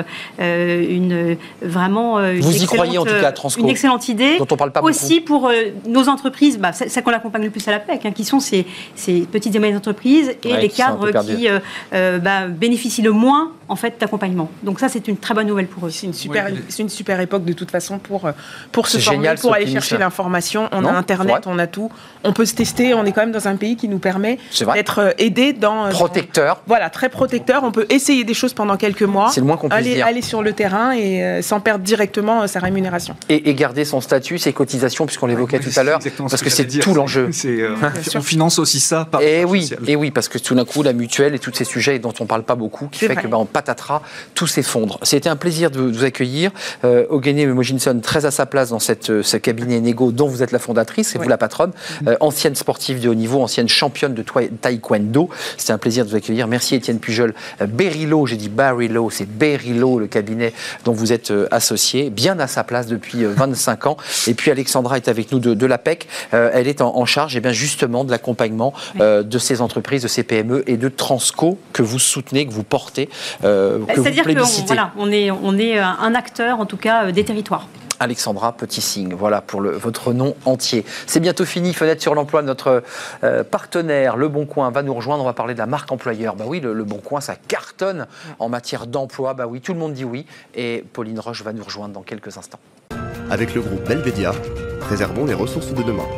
vraiment vous y croyez, en tout cas, à Transco, une excellente idée. Dont on parle pas aussi beaucoup. Pour nos entreprises, ça qu'on accompagne le plus à la PEC, qui sont ces petites et moyennes entreprises et les cadres qui bénéficient le moins, en fait, d'accompagnement. Donc ça, c'est une très bonne nouvelle pour eux. C'est une super époque, de toute façon, pour se former, génial, pour aller chercher l'information. On a Internet, on a tout. On peut se tester. On est quand même dans un pays qui nous permet d'être aidé dans... Protecteur. Voilà, très protecteur. On peut essayer des choses pendant quelques mois. C'est le moins qu'on puisse dire. Aller sur le terrain et sans perdre directement sa rémunération. Et garder son statut, ses cotisations, puisqu'on l'évoquait tout à l'heure, parce que c'est tout l'enjeu. On finance aussi ça par et oui, parce que tout d'un coup, la mutuelle et tous ces sujets dont on ne parle pas beaucoup, qui fait que patatras, tout s'effondre. C'était un plaisir de vous accueillir. Ogene Moginson, très à sa place dans ce cabinet négo dont vous êtes la fondatrice, et vous la patronne, ancienne sportive de haut niveau, ancienne championne de taekwondo. C'était un plaisir de vous accueillir. Merci Étienne Pujol. Berilo, j'ai dit Barilo, c'est Berilo, le cabinet dont vous êtes associé, bien à sa place depuis 25 ans. Et puis Alexandra est avec nous de l'APEC. Elle est en charge justement de l'accompagnement de ces entreprises, de ces PME et de Transco que vous soutenez, que vous portez, que vous plébiscitez. C'est-à-dire qu'on est un acteur, en tout cas, des territoires. Alexandra, petit signe, voilà pour votre nom entier. C'est bientôt fini, Fenêtre sur l'emploi, notre partenaire Le Bon Coin va nous rejoindre, on va parler de la marque employeur. Oui, le Bon Coin, ça cartonne en matière d'emploi, oui, tout le monde dit oui, et Pauline Roche va nous rejoindre dans quelques instants. Avec le groupe Belvedia, préservons les ressources de demain.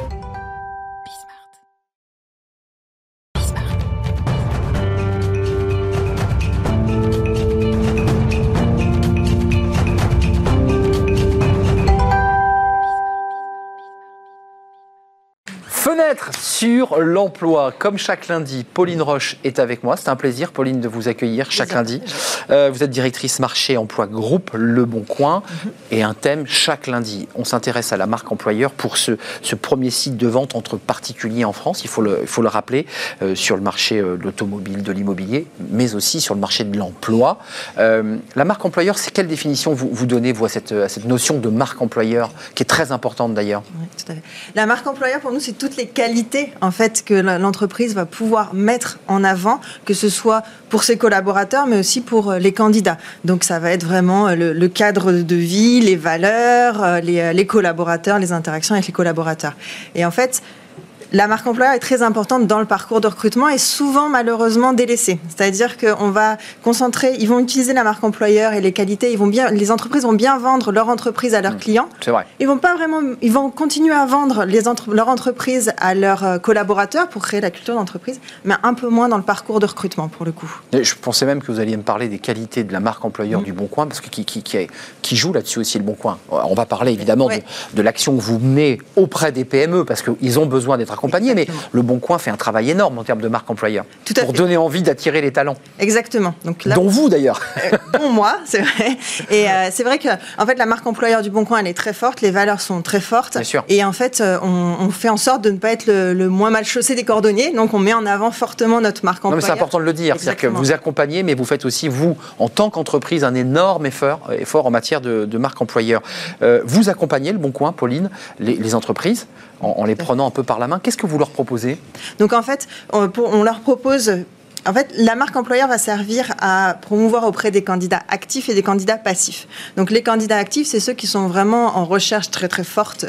Fenêtre sur l'emploi, comme chaque lundi, Pauline Roche est avec moi. C'est un plaisir, Pauline, de vous accueillir chaque lundi. Vous êtes directrice marché emploi groupe Le Bon Coin et un thème chaque lundi. On s'intéresse à la marque employeur pour ce premier site de vente entre particuliers en France, il faut le rappeler, sur le marché de l'automobile, de l'immobilier, mais aussi sur le marché de l'emploi. La marque employeur, c'est quelle définition vous donnez, vous, à cette notion de marque employeur, qui est très importante d'ailleurs? Oui, tout à fait. La marque employeur, pour nous, c'est toutes les qualités en fait que l'entreprise va pouvoir mettre en avant, que ce soit pour ses collaborateurs, mais aussi pour les candidats. Donc ça va être vraiment le cadre de vie, les valeurs, les collaborateurs, les interactions avec les collaborateurs. Et en fait, la marque employeur est très importante dans le parcours de recrutement et souvent malheureusement délaissée. C'est-à-dire qu'on va concentrer, ils vont utiliser la marque employeur et les qualités, les entreprises vont bien vendre leur entreprise à leurs clients. C'est vrai. Ils vont continuer à vendre leur entreprise à leurs collaborateurs pour créer la culture d'entreprise, mais un peu moins dans le parcours de recrutement pour le coup. Je pensais même que vous alliez me parler des qualités de la marque employeur du Bon Coin, parce que qui joue là-dessus aussi le Bon Coin. On va parler évidemment de l'action que vous menez auprès des PME, parce qu'ils ont besoin d'être accompagnés, mais le Bon Coin fait un travail énorme en termes de marque employeur, pour donner envie d'attirer les talents. Exactement. Donc là, dont vous d'ailleurs. Dont moi, c'est vrai. Et c'est vrai que en fait, la marque employeur du Bon Coin, elle est très forte, les valeurs sont très fortes. Bien sûr. Et en fait, on fait en sorte de ne pas être le moins mal chaussé des cordonniers, donc on met en avant fortement notre marque employeur. Non, mais c'est important de le dire, c'est-à-dire que vous accompagnez, mais vous faites aussi, vous, en tant qu'entreprise, un énorme effort en matière de marque employeur. Vous accompagnez le Bon Coin, Pauline, les entreprises, en les prenant un peu par la main. Qu'est-ce que vous leur proposez? Donc en fait, on leur propose En fait, la marque employeur va servir à promouvoir auprès des candidats actifs et des candidats passifs. Donc, les candidats actifs, c'est ceux qui sont vraiment en recherche très très forte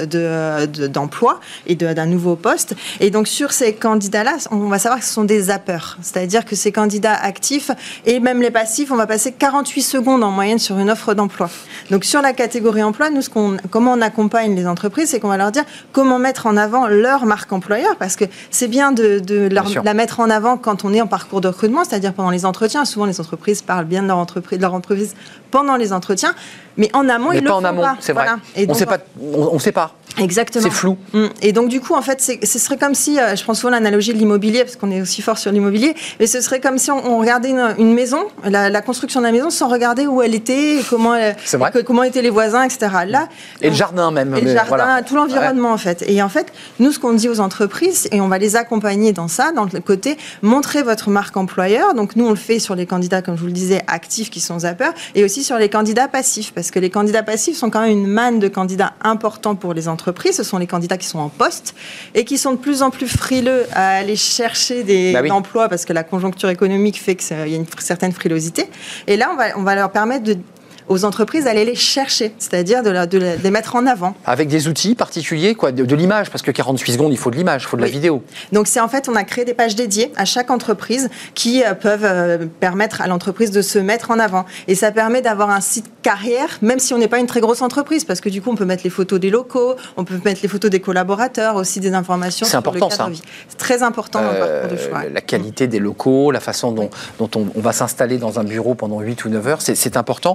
d'emploi et d'un nouveau poste. Et donc, sur ces candidats-là, on va savoir que ce sont des zappeurs. C'est-à-dire que ces candidats actifs et même les passifs, on va passer 48 secondes en moyenne sur une offre d'emploi. Donc, sur la catégorie emploi, nous, comment on accompagne les entreprises, c'est qu'on va leur dire comment mettre en avant leur marque employeur, parce que c'est bien de la mettre en avant quand on est en parcours de recrutement, c'est-à-dire pendant les entretiens. Souvent, les entreprises parlent bien de leur entreprise pendant les entretiens, mais en amont, ils le font pas. C'est vrai. Voilà. Et donc, on sait pas. Exactement. C'est flou. Et donc, du coup, en fait, ce serait comme si, je prends souvent l'analogie de l'immobilier, parce qu'on est aussi fort sur l'immobilier, mais ce serait comme si on regardait une maison, la construction de la maison, sans regarder où elle était, et comment étaient les voisins, etc. Là, et le jardin même. Et le jardin, tout l'environnement, en fait. Et en fait, nous, ce qu'on dit aux entreprises, et on va les accompagner dans ça, dans le côté, montrer votre marque employeur. Donc, nous, on le fait sur les candidats, comme je vous le disais, actifs qui sont zappeurs, et aussi sur les candidats passifs, parce que les candidats passifs sont quand même une manne de candidats importants pour les entreprises. Ce sont les candidats qui sont en poste et qui sont de plus en plus frileux à aller chercher des emplois parce que la conjoncture économique fait qu'il y a une certaine frilosité. Et là, on va leur permettre aux entreprises d'aller les chercher, c'est-à-dire de les mettre en avant. Avec des outils particuliers, de l'image, parce que 48 secondes, il faut de l'image, il faut de la vidéo. Donc on a créé des pages dédiées à chaque entreprise qui peuvent permettre à l'entreprise de se mettre en avant. Et ça permet d'avoir un site carrière, même si on n'est pas une très grosse entreprise, parce que du coup, on peut mettre les photos des locaux, on peut mettre les photos des collaborateurs, aussi des informations sur le cadre de vie. C'est très important dans le parcours de choix. La qualité des locaux, la façon dont on va s'installer dans un bureau pendant 8 ou 9 heures, c'est important.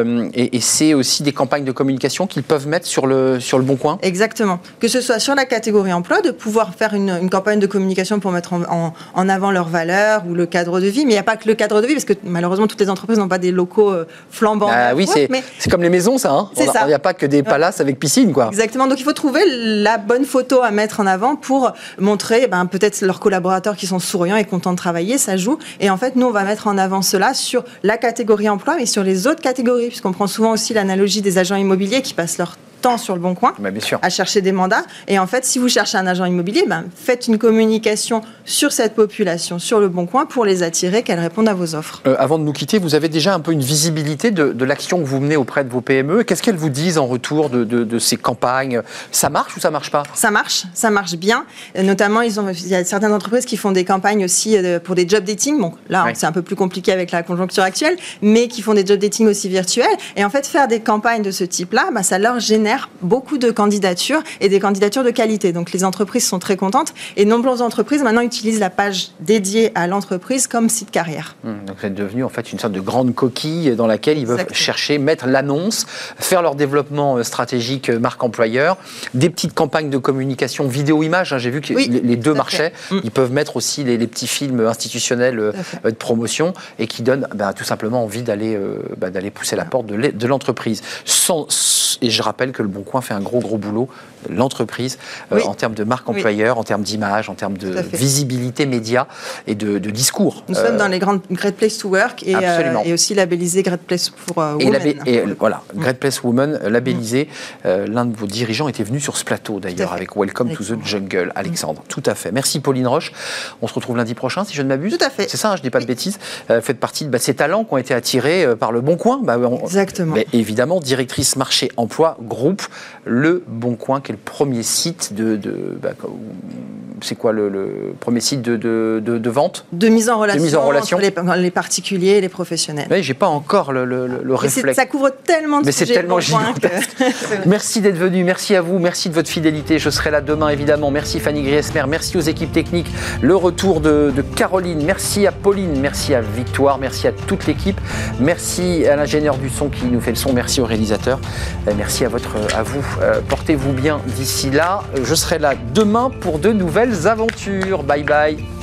Et c'est aussi des campagnes de communication qu'ils peuvent mettre sur le Bon Coin. Exactement. Que ce soit sur la catégorie emploi, de pouvoir faire une campagne de communication pour mettre en avant leurs valeurs ou le cadre de vie. Mais il n'y a pas que le cadre de vie, parce que malheureusement, toutes les entreprises n'ont pas des locaux flambants. Oui, c'est comme les maisons, ça. Hein. Il n'y a pas que des palaces avec piscine, quoi. Exactement. Donc, il faut trouver la bonne photo à mettre en avant pour montrer peut-être leurs collaborateurs qui sont souriants et contents de travailler. Ça joue. Et en fait, nous, on va mettre en avant cela sur la catégorie emploi, mais sur les autres catégories, puisqu'on prend souvent aussi l'analogie des agents immobiliers qui passent leur temps sur le Bon Coin à chercher des mandats. Et en fait, si vous cherchez un agent immobilier, faites une communication sur cette population, sur le Bon Coin, pour les attirer, qu'elles répondent à vos offres. Avant de nous quitter, vous avez déjà un peu une visibilité de l'action que vous menez auprès de vos PME. Qu'est-ce qu'elles vous disent en retour de ces campagnes ? Ça marche ou ça marche pas ? Ça marche bien. Notamment, il y a certaines entreprises qui font des campagnes aussi pour des job dating. Bon, là, c'est un peu plus compliqué avec la conjoncture actuelle, mais qui font des job dating aussi virtuels. Et en fait, faire des campagnes de ce type-là, ça leur génère beaucoup de candidatures et des candidatures de qualité. Donc, les entreprises sont très contentes et de nombreuses entreprises maintenant utilisent la page dédiée à l'entreprise comme site carrière. Donc, vous êtes devenu en fait une sorte de grande coquille dans laquelle ils peuvent chercher, mettre l'annonce, faire leur développement stratégique marque employeur, des petites campagnes de communication vidéo-image. J'ai vu que les deux marchaient. Ils peuvent mettre aussi les petits films institutionnels de promotion et qui donnent tout simplement envie d'aller pousser la porte de l'entreprise. Et je rappelle que le Bon Coin fait un gros boulot, l'entreprise, en termes de marque employeur, en termes d'image, en termes de visibilité média et de discours. Nous sommes dans les grandes Great Place to Work et aussi labellisé Great Place for Women. Voilà, Great Place Women labellisé. L'un de vos dirigeants était venu sur ce plateau d'ailleurs avec Welcome to the Jungle, Alexandre. Tout à fait. Merci Pauline Roche. On se retrouve lundi prochain si je ne m'abuse. Tout à fait. C'est ça, je ne dis pas de bêtises. Faites partie de ces talents qui ont été attirés par le Bon Coin. Exactement. Mais évidemment, directrice marché emploi groupe Le Bon Coin, qui est le premier site c'est quoi le premier site de vente ? De mise en relation entre les particuliers et les professionnels. Oui, j'ai pas encore le réflexe. Ça couvre tellement de sujets. Mais c'est tellement gigantesque. Merci d'être venu, merci à vous, merci de votre fidélité. Je serai là demain évidemment. Merci Fanny Griesmer, merci aux équipes techniques. Le retour de Caroline, merci à Pauline, merci à Victoire, merci à toute l'équipe. Merci à l'ingénieur du son qui nous fait le son, merci au réalisateur. Merci à vous. Portez-vous bien d'ici là. Je serai là demain pour de nouvelles aventures. Bye bye.